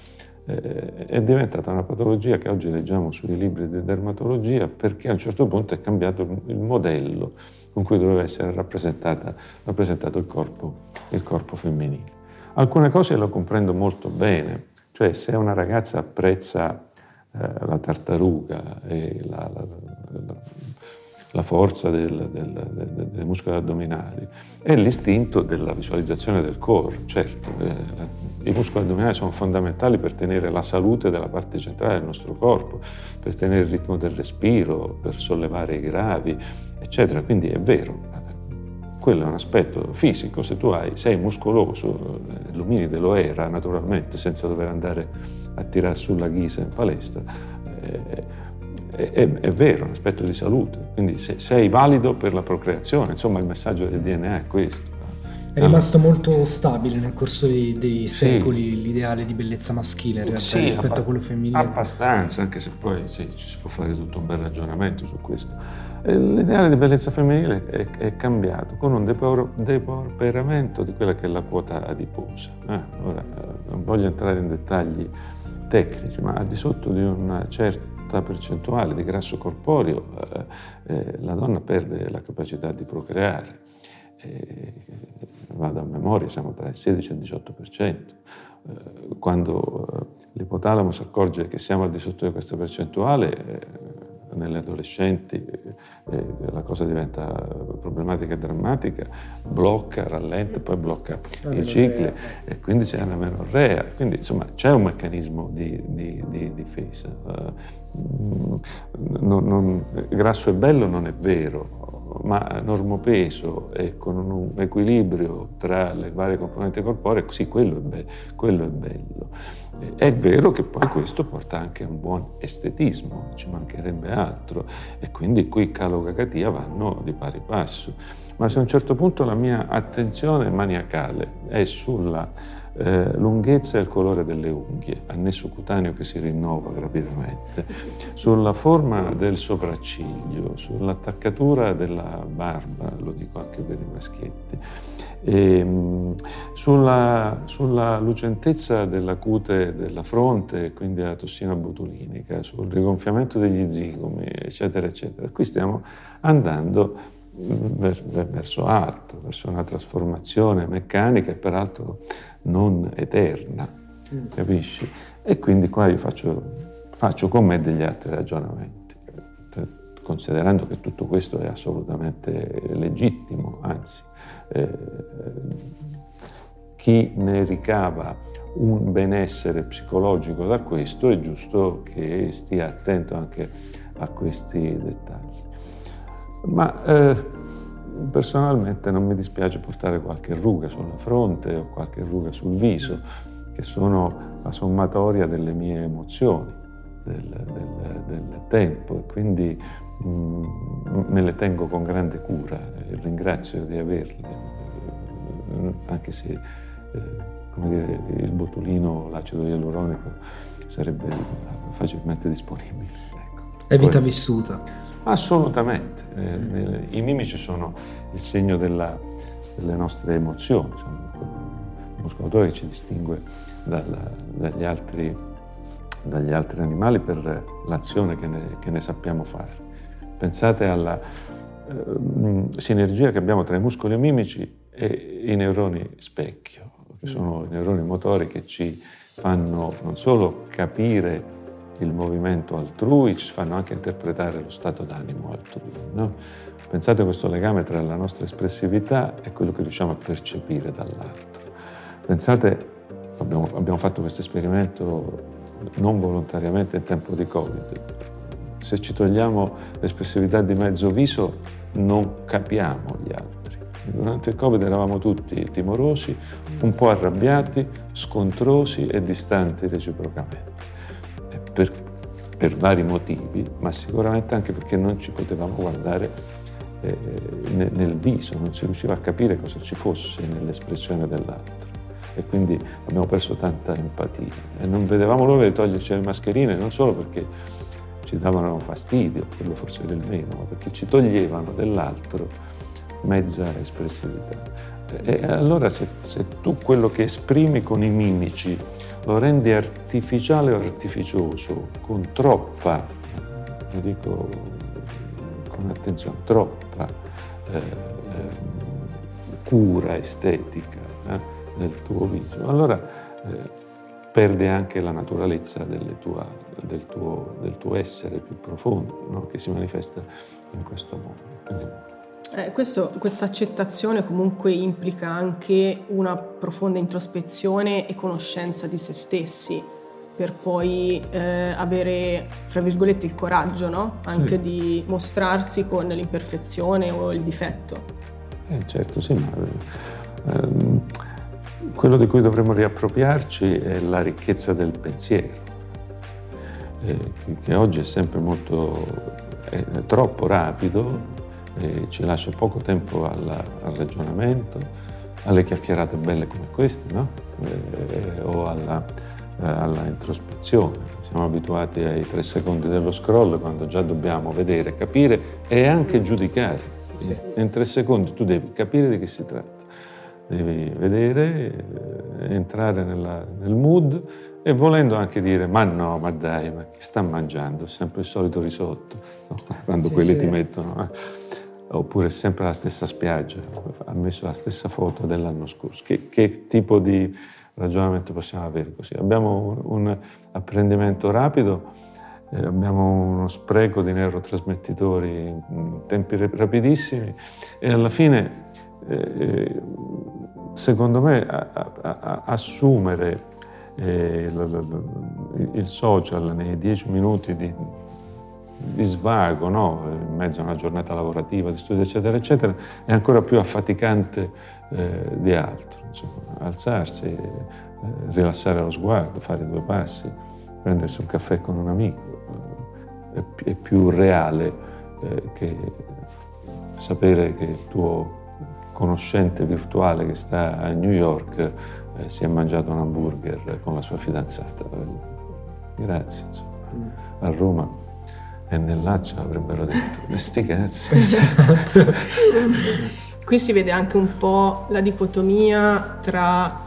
eh, è diventata una patologia che oggi leggiamo sui libri di dermatologia, perché a un certo punto è cambiato il modello con cui doveva essere rappresentata, rappresentato il corpo, il corpo femminile. Alcune cose lo comprendo molto bene, cioè se una ragazza apprezza eh, la tartaruga e la, la, la, la forza del, del, del, dei muscoli addominali, è l'istinto della visualizzazione del core, certo. Eh, I muscoli addominali sono fondamentali per tenere la salute della parte centrale del nostro corpo, per tenere il ritmo del respiro, per sollevare i gravi, eccetera. Quindi è vero, quello è un aspetto fisico. Se tu hai, sei muscoloso, l'Uminide lo era naturalmente, senza dover andare a tirare sulla ghisa in palestra, è, è, è vero, è un aspetto di salute. Quindi se, sei valido per la procreazione, insomma il messaggio del D N A è questo. È rimasto molto stabile nel corso dei, dei secoli sì. l'ideale di bellezza maschile in realtà, sì, rispetto abba- a quello femminile. Abbastanza, anche se poi sì, ci si può fare tutto un bel ragionamento su questo. L'ideale di bellezza femminile è, è cambiato con un depor- depauperamento di quella che è la quota adiposa. Eh, ora, non voglio entrare in dettagli tecnici, ma al di sotto di una certa percentuale di grasso corporeo eh, eh, la donna perde la capacità di procreare. Eh, vado a memoria, siamo tra il sedici e il diciotto per cento. Eh, quando eh, l'ipotalamo si accorge che siamo al di sotto di questa percentuale, eh, nelle adolescenti eh, la cosa diventa problematica e drammatica, blocca, rallenta, poi blocca la i cicli e quindi c'è una menorrea. Quindi insomma c'è un meccanismo di, di, di difesa. Uh, non, non, grasso e bello non è vero, ma normopeso e con un equilibrio tra le varie componenti corporee, sì, quello è, be- quello è bello. È vero che poi questo porta anche a un buon estetismo, ci mancherebbe altro, e quindi qui Calo e Catia vanno di pari passo. Ma se a un certo punto la mia attenzione maniacale è sulla eh, lunghezza e il colore delle unghie, annesso cutaneo che si rinnova rapidamente, sulla forma del sopracciglio, sull'attaccatura della barba, lo dico anche per i maschietti, e, sulla, sulla lucentezza della cute della fronte, quindi la tossina botulinica, sul rigonfiamento degli zigomi, eccetera, eccetera. Qui stiamo andando verso alto, verso una trasformazione meccanica e peraltro non eterna, capisci? E quindi qua io faccio, faccio con me degli altri ragionamenti, considerando che tutto questo è assolutamente legittimo, anzi, eh, chi ne ricava un benessere psicologico da questo è giusto che stia attento anche a questi dettagli. Ma eh, personalmente non mi dispiace portare qualche ruga sulla fronte o qualche ruga sul viso, che sono la sommatoria delle mie emozioni, del, del, del tempo, e quindi mh, me le tengo con grande cura e ringrazio di averle, anche se eh, come dire, il botulino, l'acido ialuronico sarebbe facilmente disponibile. Ecco. È vita vissuta. Assolutamente. Eh, I mimici sono il segno della, delle nostre emozioni, sono il muscolatore che ci distingue dalla, dagli, altri, dagli altri animali per l'azione che ne, che ne sappiamo fare. Pensate alla eh, sinergia che abbiamo tra i muscoli mimici e i neuroni specchio, che sono i neuroni motori che ci fanno non solo capire il movimento altrui, ci fanno anche interpretare lo stato d'animo altrui, no? Pensate a questo legame tra la nostra espressività e quello che riusciamo a percepire dall'altro. Pensate, abbiamo, abbiamo fatto questo esperimento non volontariamente in tempo di Covid. Se ci togliamo l'espressività di mezzo viso, non capiamo gli altri. Durante il Covid eravamo tutti timorosi, un po' arrabbiati, scontrosi e distanti reciprocamente. Per, per vari motivi, ma sicuramente anche perché non ci potevamo guardare eh, nel, nel viso, non si riusciva a capire cosa ci fosse nell'espressione dell'altro e quindi abbiamo perso tanta empatia e non vedevamo l'ora di toglierci le mascherine, non solo perché ci davano fastidio, quello forse era il meno, ma perché ci toglievano dell'altro mezza espressività. E allora se, se tu quello che esprimi con i mimici lo rendi artificiale o artificioso, con troppa, lo dico con attenzione, troppa eh, eh, cura estetica eh, del tuo viso, allora eh, perde anche la naturalezza delle tua, del, tuo, del tuo essere più profondo, no? Che si manifesta in questo modo. Quindi, Eh, questo, questa accettazione comunque implica anche una profonda introspezione e conoscenza di se stessi, per poi eh, avere, fra virgolette, il coraggio, no? Anche sì. Di mostrarsi con l'imperfezione o il difetto. Eh, certo, sì, ma ehm, quello di cui dovremmo riappropriarci è la ricchezza del pensiero, eh, che, che oggi è sempre molto, è, è troppo rapido, e ci lascia poco tempo alla, al ragionamento, alle chiacchierate belle come queste, no? Eh, o alla, eh, alla introspezione. Siamo abituati ai tre secondi dello scroll, quando già dobbiamo vedere, capire e anche giudicare. Sì. In tre secondi tu devi capire di che si tratta, devi vedere, eh, entrare nella, nel mood e volendo anche dire ma no, ma dai, ma che sta mangiando? È sempre il solito risotto, no? Quando sì, quelli sì. ti mettono... Eh. Oppure sempre la stessa spiaggia, ha messo la stessa foto dell'anno scorso. Che, che tipo di ragionamento possiamo avere così? Abbiamo un, un apprendimento rapido, eh, abbiamo uno spreco di neurotrasmettitori in tempi rapidissimi e alla fine, eh, secondo me, a, a, a, assumere eh, l, l, il social nei dieci minuti di di svago, no? In mezzo a una giornata lavorativa, di studio, eccetera, eccetera, è ancora più affaticante eh, di altro. Insomma, alzarsi, eh, rilassare lo sguardo, fare due passi, prendersi un caffè con un amico, eh, è, è più reale eh, che sapere che il tuo conoscente virtuale che sta a New York eh, si è mangiato un hamburger con la sua fidanzata. Grazie. Insomma. A Roma e nel Lazio avrebbero detto questi cazzi. Esatto. Qui si vede anche un po' la dicotomia tra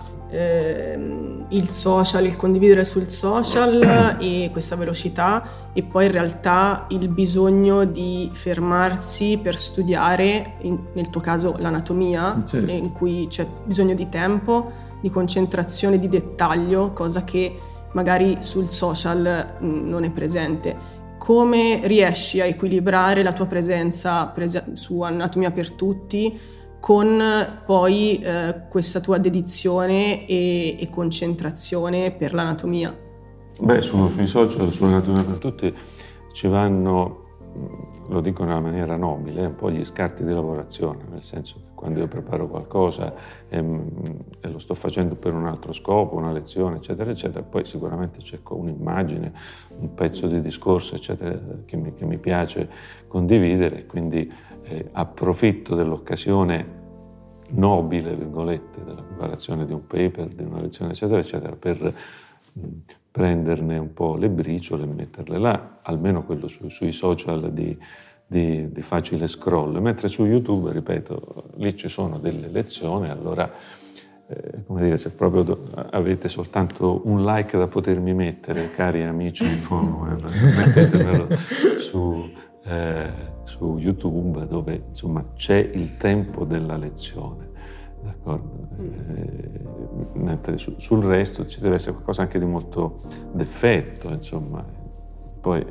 eh, il social, il condividere sul social e questa velocità, e poi in realtà il bisogno di fermarsi per studiare, in, nel tuo caso l'anatomia, certo. In cui c'è bisogno di tempo, di concentrazione, di dettaglio, cosa che magari sul social mh, non è presente. Come riesci a equilibrare la tua presenza prese- su Anatomia per Tutti con poi eh, questa tua dedizione e, e concentrazione per l'anatomia? Beh, su, sui social, sull'Anatomia per Tutti ci vanno, lo dico in una maniera nobile, un po' gli scarti di lavorazione, nel senso che quando io preparo qualcosa e, e lo sto facendo per un altro scopo, una lezione, eccetera, eccetera, poi sicuramente cerco un'immagine, un pezzo di discorso, eccetera, che mi, che mi piace condividere, quindi eh, approfitto dell'occasione nobile, virgolette, della preparazione di un paper, di una lezione, eccetera, eccetera, per mh, prenderne un po' le briciole e metterle là, almeno quello su, sui social di, di, di facile scroll, mentre su YouTube, ripeto, lì ci sono delle lezioni, allora, eh, come dire, se proprio do, avete soltanto un like da potermi mettere, cari amici follower, mettetemelo su, eh, su YouTube, dove insomma c'è il tempo della lezione. D'accordo? Eh, mentre su, sul resto ci deve essere qualcosa anche di molto d'effetto, insomma. Poi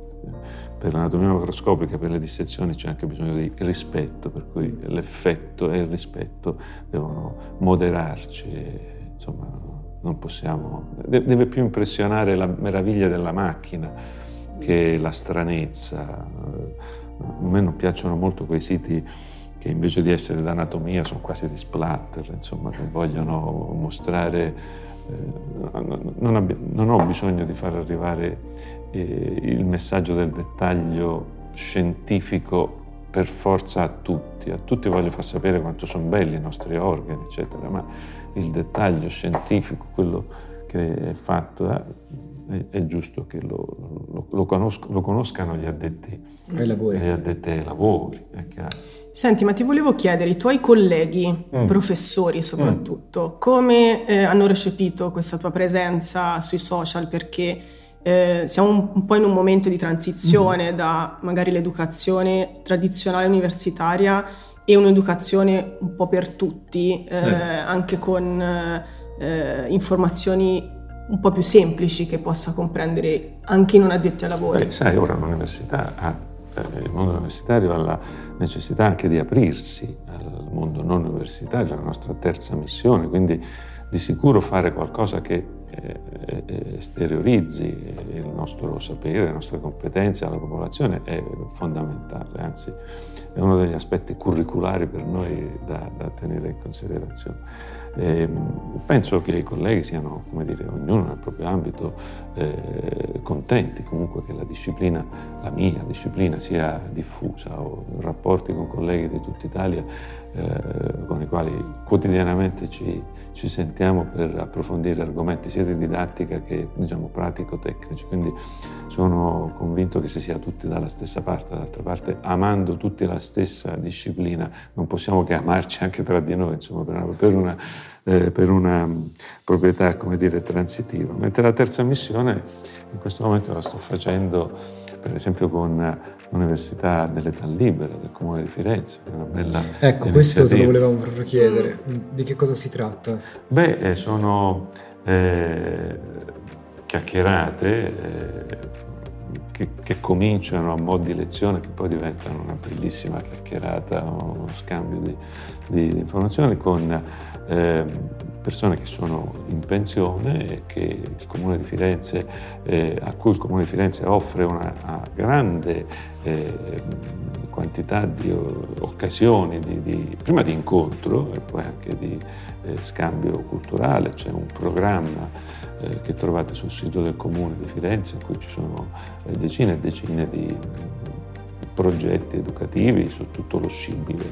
per l'anatomia macroscopica, per le dissezioni c'è anche bisogno di rispetto, per cui l'effetto e il rispetto devono moderarci, e, insomma, non possiamo... Deve più impressionare la meraviglia della macchina che la stranezza. A me non piacciono molto quei siti che invece di essere d'anatomia sono quasi di splatter, insomma, che vogliono mostrare... Eh, non, abbi- non ho bisogno di far arrivare eh, il messaggio del dettaglio scientifico per forza a tutti. A tutti voglio far sapere quanto sono belli i nostri organi, eccetera, ma il dettaglio scientifico, quello che è fatto, eh, è, è giusto che lo, lo, lo, conosco, lo conoscano gli addetti ai lavori. Gli addetti ai lavori, è chiaro. Senti, ma ti volevo chiedere, i tuoi colleghi, mm. professori soprattutto, mm. come eh, hanno recepito questa tua presenza sui social? Perché eh, siamo un, un po' in un momento di transizione mm. da magari l'educazione tradizionale universitaria e un'educazione un po' per tutti, eh, eh. anche con eh, informazioni un po' più semplici che possa comprendere anche in un addetto ai lavori. Beh, sai, ora l'università ha il mondo universitario ha la necessità anche di aprirsi al mondo non universitario, la nostra terza missione, quindi di sicuro fare qualcosa che eh, esteriorizzi il nostro sapere, le nostre competenze alla popolazione è fondamentale, anzi è uno degli aspetti curriculari per noi da, da tenere in considerazione. Eh, penso che i colleghi siano, come dire, ognuno nel proprio ambito eh, contenti comunque che la disciplina, la mia disciplina sia diffusa. Ho rapporti con colleghi di tutta Italia eh, con i quali quotidianamente ci, ci sentiamo per approfondire argomenti sia di didattica che, diciamo, pratico-tecnici, quindi sono convinto che si sia tutti dalla stessa parte. D'altra parte, amando tutti la stessa disciplina non possiamo che amarci anche tra di noi, insomma, per una Eh, per una proprietà, come dire, transitiva. Mentre la terza missione in questo momento la sto facendo per esempio con l'Università dell'Età Libera del Comune di Firenze, che è una bella ecco, questo te lo volevamo proprio chiedere. Di che cosa si tratta? Beh, eh, sono eh, chiacchierate eh, che, che cominciano a mo' di lezione, che poi diventano una bellissima chiacchierata, uno scambio di, di, di informazioni con eh, persone che sono in pensione e che il Comune di Firenze, eh, a cui il Comune di Firenze offre una, una grande eh, quantità di occasioni, di, di, prima di incontro e poi anche di eh, scambio culturale. C'è un programma eh, che trovate sul sito del Comune di Firenze in cui ci sono eh, decine e decine di progetti educativi su tutto lo scibile.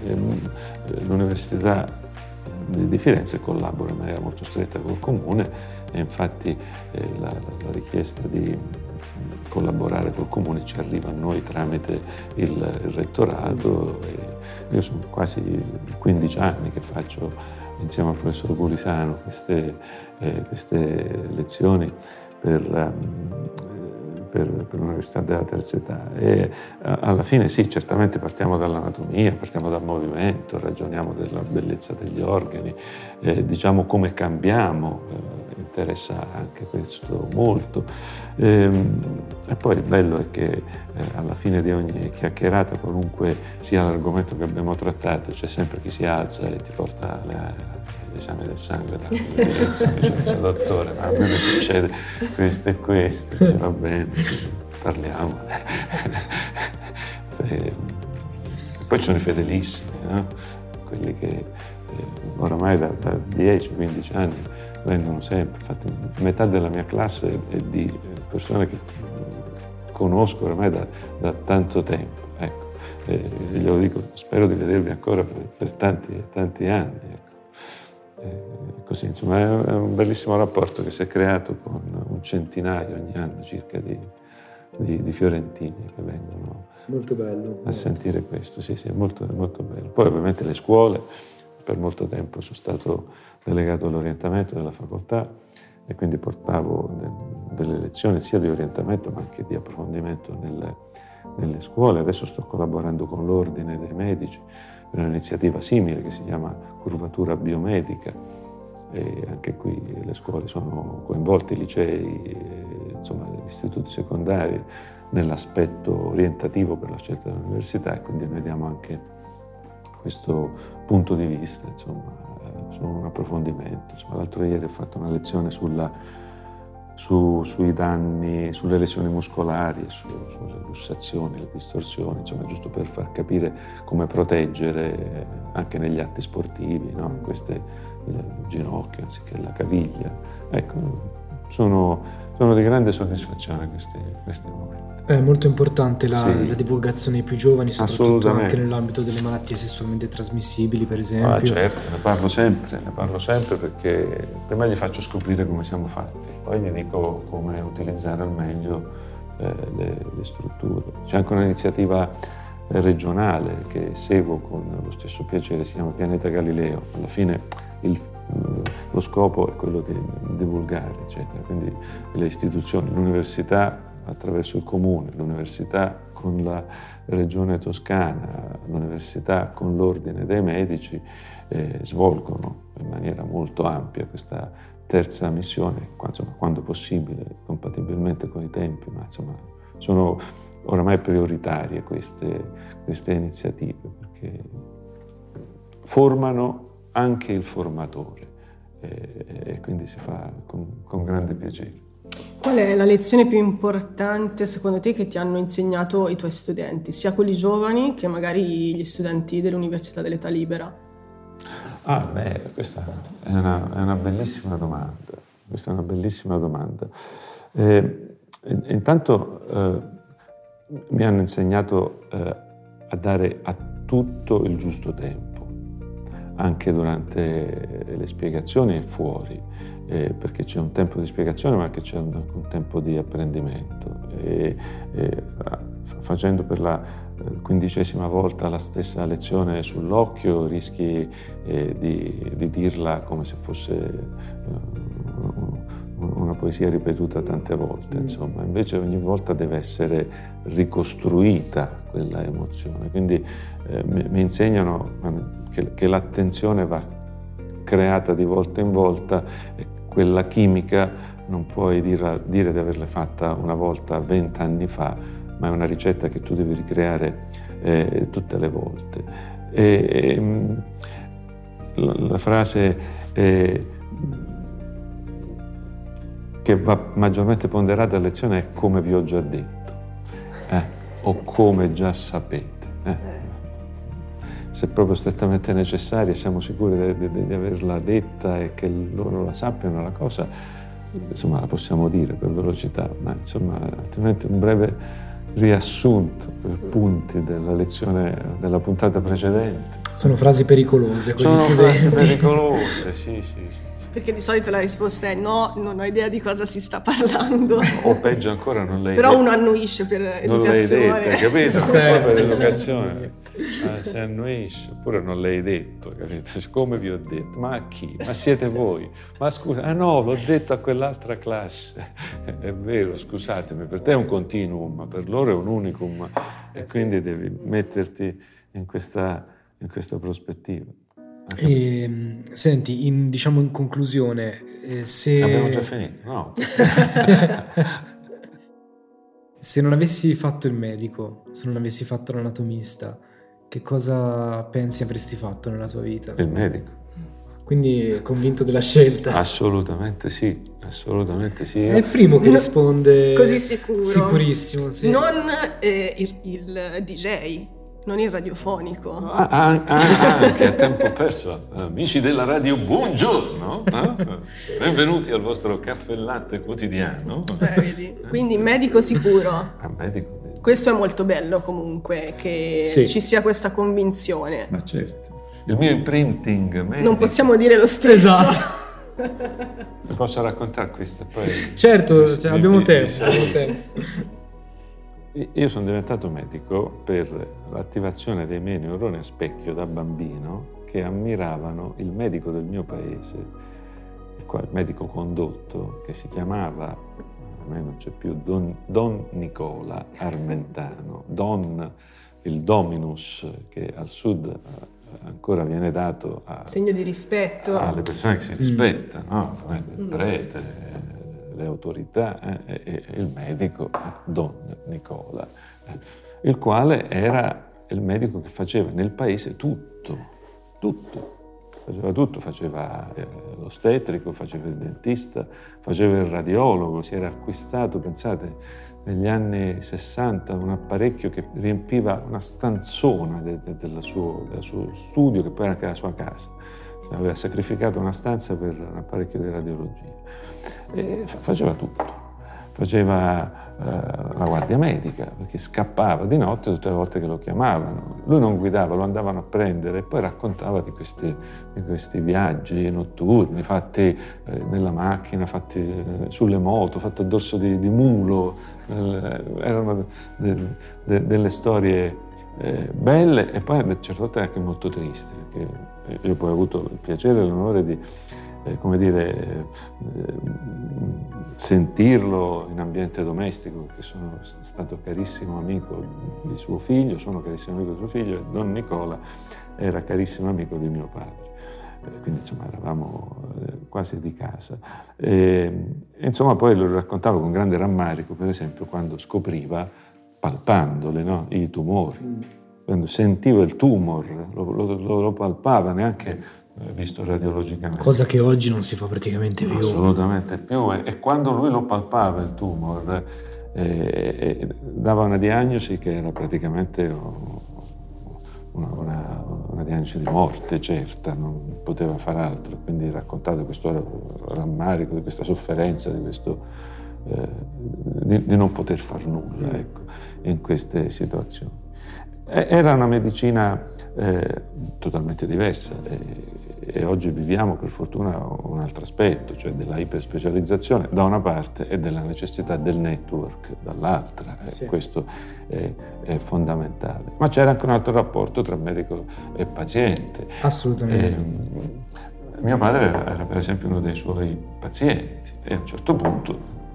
L'Università di Firenze collabora in maniera molto stretta col Comune e infatti eh, la, la richiesta di collaborare col Comune ci arriva a noi tramite il, il rettorato. E io sono quasi quindici anni che faccio insieme al professor Gulisano queste, eh, queste lezioni per um, Per, per l'Università della Terza Età e alla fine sì, certamente partiamo dall'anatomia, partiamo dal movimento, ragioniamo della bellezza degli organi, eh, diciamo come cambiamo, eh, interessa anche questo molto e, e poi il bello è che eh, alla fine di ogni chiacchierata, qualunque sia l'argomento che abbiamo trattato, c'è sempre chi si alza e ti porta le, l'esame del sangue da evidenza, che dice dottore, ma a me mi succede questo e questo, dice va bene, parliamo. E poi ci sono i fedelissimi, no? Quelli che eh, oramai da, da dieci quindici anni vengono sempre. Infatti metà della mia classe è di persone che conosco oramai da, da tanto tempo, ecco. E glielo dico, spero di vedervi ancora per, per tanti tanti anni, ecco. E così, insomma, è un bellissimo rapporto che si è creato con un centinaio ogni anno circa di, di, di fiorentini che vengono molto bello, a sentire questo. Sì, sì, è molto, molto bello. Poi ovviamente le scuole, per molto tempo sono stato delegato all'orientamento della facoltà e quindi portavo de, delle lezioni sia di orientamento ma anche di approfondimento nelle, nelle scuole. Adesso sto collaborando con l'Ordine dei Medici per un'iniziativa simile che si chiama Curvatura Biomedica e anche qui le scuole sono coinvolte, i licei, e, insomma gli istituti secondari nell'aspetto orientativo per la scelta dell'università e quindi noi diamo anche questo punto di vista, insomma, su un approfondimento. Insomma, l'altro ieri ho fatto una lezione sulla Su, sui danni, sulle lesioni muscolari, su, sulle lussazioni, le distorsioni, insomma, giusto per far capire come proteggere anche negli atti sportivi, no? Queste, il ginocchio anziché la caviglia. Ecco, sono, sono di grande soddisfazione questi, questi momenti. È molto importante la, Sì. la divulgazione ai più giovani, soprattutto Assolutamente. anche nell'ambito delle malattie sessualmente trasmissibili, per esempio. Ah, certo, ne parlo sempre, ne parlo sempre perché prima gli faccio scoprire come siamo fatti, poi gli dico come utilizzare al meglio eh, le, le strutture. C'è anche un'iniziativa eh, regionale che seguo con lo stesso piacere, si chiama Pianeta Galileo. Alla fine il, lo scopo è quello di divulgare, eccetera. Quindi le istituzioni, l'università attraverso il comune, l'università con la regione toscana, l'università con l'ordine dei medici eh, svolgono in maniera molto ampia questa terza missione, insomma, quando possibile, compatibilmente con i tempi, ma insomma sono oramai prioritarie queste, queste iniziative perché formano anche il formatore e, e quindi si fa con, con grande piacere. Qual è la lezione più importante secondo te che ti hanno insegnato i tuoi studenti, sia quelli giovani che magari gli studenti dell'Università dell'Età Libera? Ah, beh, questa è una, è una bellissima domanda. Questa è una bellissima domanda. Eh, intanto eh, mi hanno insegnato eh, a dare a tutto il giusto tempo, anche durante le spiegazioni e fuori. Eh, perché c'è un tempo di spiegazione ma anche c'è un, un tempo di apprendimento e, e facendo per la quindicesima volta la stessa lezione sull'occhio rischi eh, di, di dirla come se fosse uh, una poesia ripetuta tante volte, insomma, invece ogni volta deve essere ricostruita quella emozione, quindi eh, mi, mi insegnano che, che l'attenzione va creata di volta in volta e quella chimica non puoi dire, dire di averla fatta una volta vent'anni fa, ma è una ricetta che tu devi ricreare eh, tutte le volte. E, e, la, la frase eh, che va maggiormente ponderata a lezione è come vi ho già detto, eh, o come già sapete. Eh. Se è proprio strettamente necessaria, siamo sicuri di, di, di averla detta e che loro la sappiano la cosa, insomma la possiamo dire per velocità, ma insomma altrimenti un breve riassunto per punti della lezione della puntata precedente. Sono frasi pericolose, Sono studenti. frasi pericolose, sì, sì, sì. Perché di solito la risposta è no, non ho idea di cosa si sta parlando. O peggio ancora non l'hai Però detto. uno annuisce per Non l'hai educazione. detta, capito? Sì, Poi per sì. l'educazione eh, si annuisce, oppure non l'hai detto, capito? Come vi ho detto? Ma a chi? Ma siete voi? Ma scusa, ah no, l'ho detto a quell'altra classe. È vero, scusatemi, per te è un continuum, ma per loro è un unicum e quindi devi metterti in questa, in questa prospettiva. E, senti, in, diciamo in conclusione, eh, se... Abbiamo già finito, no? Se non avessi fatto il medico, se non avessi fatto l'anatomista, che cosa pensi avresti fatto nella tua vita? Il medico. Quindi convinto della scelta? Assolutamente sì, assolutamente sì. È il primo che risponde Così sicuro. Sicurissimo, sì. Non eh, il, il D J, non il radiofonico. Ah, ah, ah, anche a tempo perso, amici della radio, buongiorno, eh? Benvenuti al vostro caffè latte quotidiano. Eh, vedi? Quindi medico sicuro. Ah, medico. Questo è molto bello comunque, che Sì. ci sia questa convinzione. Ma certo. Il mio imprinting medico. Non possiamo dire lo stesso. Esatto. Vi posso raccontare questo? Poi... Certo, cioè, Vi- abbiamo vi- tempo, abbiamo tempo. Io sono diventato medico per l'attivazione dei miei neuroni a specchio da bambino che ammiravano il medico del mio paese, il quale medico condotto, che si chiamava, a me non c'è più, Don, Don Nicola Armentano, Don, il Dominus, che al sud ancora viene dato a, Segno di rispetto. alle persone che si rispettano, no? Ovviamente il prete, le autorità eh, e, e il medico Don Nicola, eh, il quale era il medico che faceva nel paese tutto, tutto, faceva tutto, faceva eh, l'ostetrico, faceva il dentista, faceva il radiologo, si era acquistato, pensate, negli anni sessanta un apparecchio che riempiva una stanzona de, de, del suo, del suo studio, che poi era anche la sua casa. aveva sacrificato una stanza per un apparecchio di radiologia e faceva tutto. Faceva eh, la guardia medica, perché scappava di notte tutte le volte che lo chiamavano. Lui non guidava, lo andavano a prendere e poi raccontava di questi, di questi viaggi notturni fatti eh, nella macchina, fatti eh, sulle moto, fatti a dorso di, di mulo. Eh, erano de, de, delle storie eh, belle e poi a certe volte anche molto tristi, perché io poi ho avuto il piacere e l'onore di Eh, come dire, eh, sentirlo in ambiente domestico, perché sono stato carissimo amico di suo figlio, sono carissimo amico di suo figlio e Don Nicola era carissimo amico di mio padre. Eh, quindi insomma eravamo eh, quasi di casa. E, e, insomma poi lo raccontavo con grande rammarico, per esempio, quando scopriva, palpandole, no, i tumori. Quando sentiva il tumor, lo, lo, lo, lo palpava, neanche visto radiologicamente. Cosa che oggi non si fa praticamente più. Assolutamente più. E, e quando lui lo palpava il tumor, eh, eh, dava una diagnosi che era praticamente una, una, una diagnosi di morte certa, non poteva far altro. Quindi raccontate questo rammarico, di questa sofferenza, di questo eh, di, di non poter far nulla, ecco, in queste situazioni. E, era una medicina eh, totalmente diversa. E, E oggi viviamo per fortuna un altro aspetto, cioè della iperspecializzazione da una parte e della necessità del network dall'altra. Sì. Eh, questo è, è fondamentale. Ma c'era anche un altro rapporto tra medico e paziente. Assolutamente. Eh, mio padre era, era per esempio uno dei suoi pazienti e a un certo punto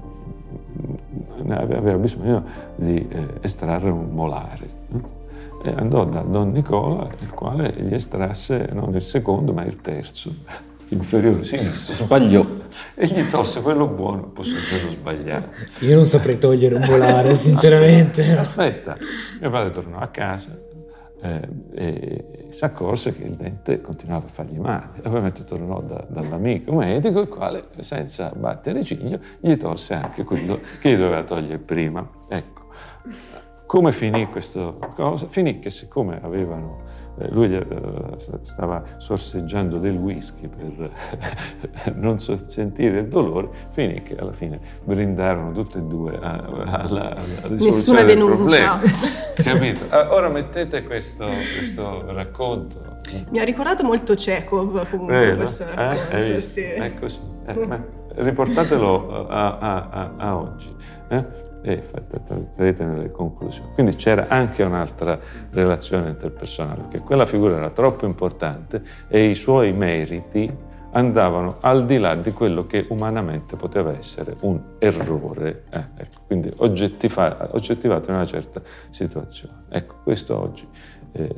aveva bisogno di eh, estrarre un molare. Eh? E andò da Don Nicola, il quale gli estrasse non il secondo, ma il terzo, inferiore sinistro, sbagliò e gli tolse quello buono, posso quello sbagliato. Io non saprei togliere un molare, sinceramente. Aspetta, mio padre tornò a casa eh, e si accorse che il dente continuava a fargli male. Ovviamente tornò da, dall'amico medico, il quale, senza battere ciglio, gli tolse anche quello che gli doveva togliere prima. Ecco. Come finì questa cosa? Finì che siccome avevano, eh, lui eh, stava sorseggiando del whisky per non sentire il dolore, finì che alla fine brindarono tutte e due alla risoluzione del problema. Capito? Ora mettete questo, questo racconto. Mi ha ricordato molto Chekhov comunque. Vero? Questo racconto. Eh? Sì. È così. Eh, riportatelo a, a, a, a oggi. Eh? E farete nelle conclusioni. Quindi c'era anche un'altra relazione interpersonale, perché quella figura era troppo importante e i suoi meriti andavano al di là di quello che umanamente poteva essere un errore, eh, ecco, quindi oggettiva, oggettivato in una certa situazione. Ecco, questo oggi eh,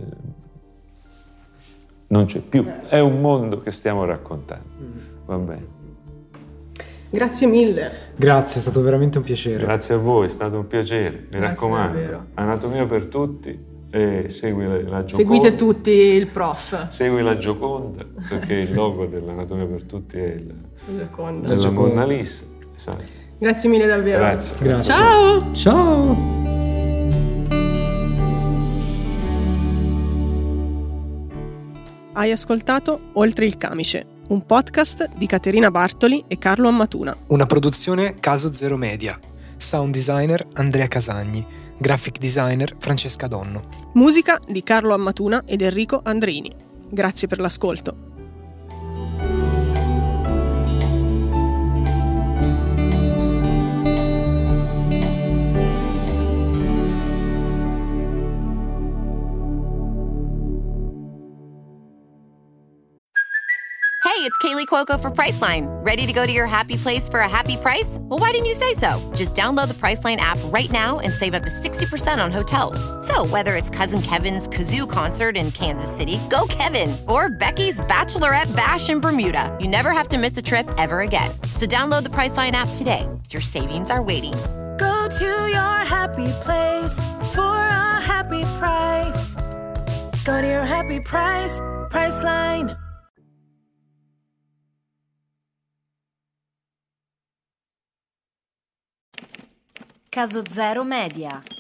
non c'è più, è un mondo che stiamo raccontando, va bene? Grazie mille. Grazie, è stato veramente un piacere. Grazie a voi, è stato un piacere. Mi Grazie, raccomando, davvero. Anatomia per tutti e segui la, la Gioconda. Seguite tutti il prof. Segui la Gioconda, perché il logo dell'Anatomia per tutti è il, Gioconda. la Monna Lisa. Esatto. Grazie mille davvero. Grazie. Grazie. Ciao. Ciao. Hai ascoltato Oltre il Camice, un podcast di Caterina Bartoli e Carlo Ammatuna. Una produzione Caso Zero Media. Sound designer Andrea Casagni. Graphic designer Francesca Donno. Musica di Carlo Ammatuna ed Enrico Andreini. Grazie per l'ascolto. Hey, it's Kaylee Cuoco for Priceline. Ready to go to your happy place for a happy price? Well, why didn't you say so? Just download the Priceline app right now and save up to sixty percent on hotels. So whether it's Cousin Kevin's Kazoo Concert in Kansas City, go Kevin, or Becky's Bachelorette Bash in Bermuda, you never have to miss a trip ever again. So download the Priceline app today. Your savings are waiting. Go to your happy place for a happy price. Go to your happy price, Priceline. Caso Zero Media.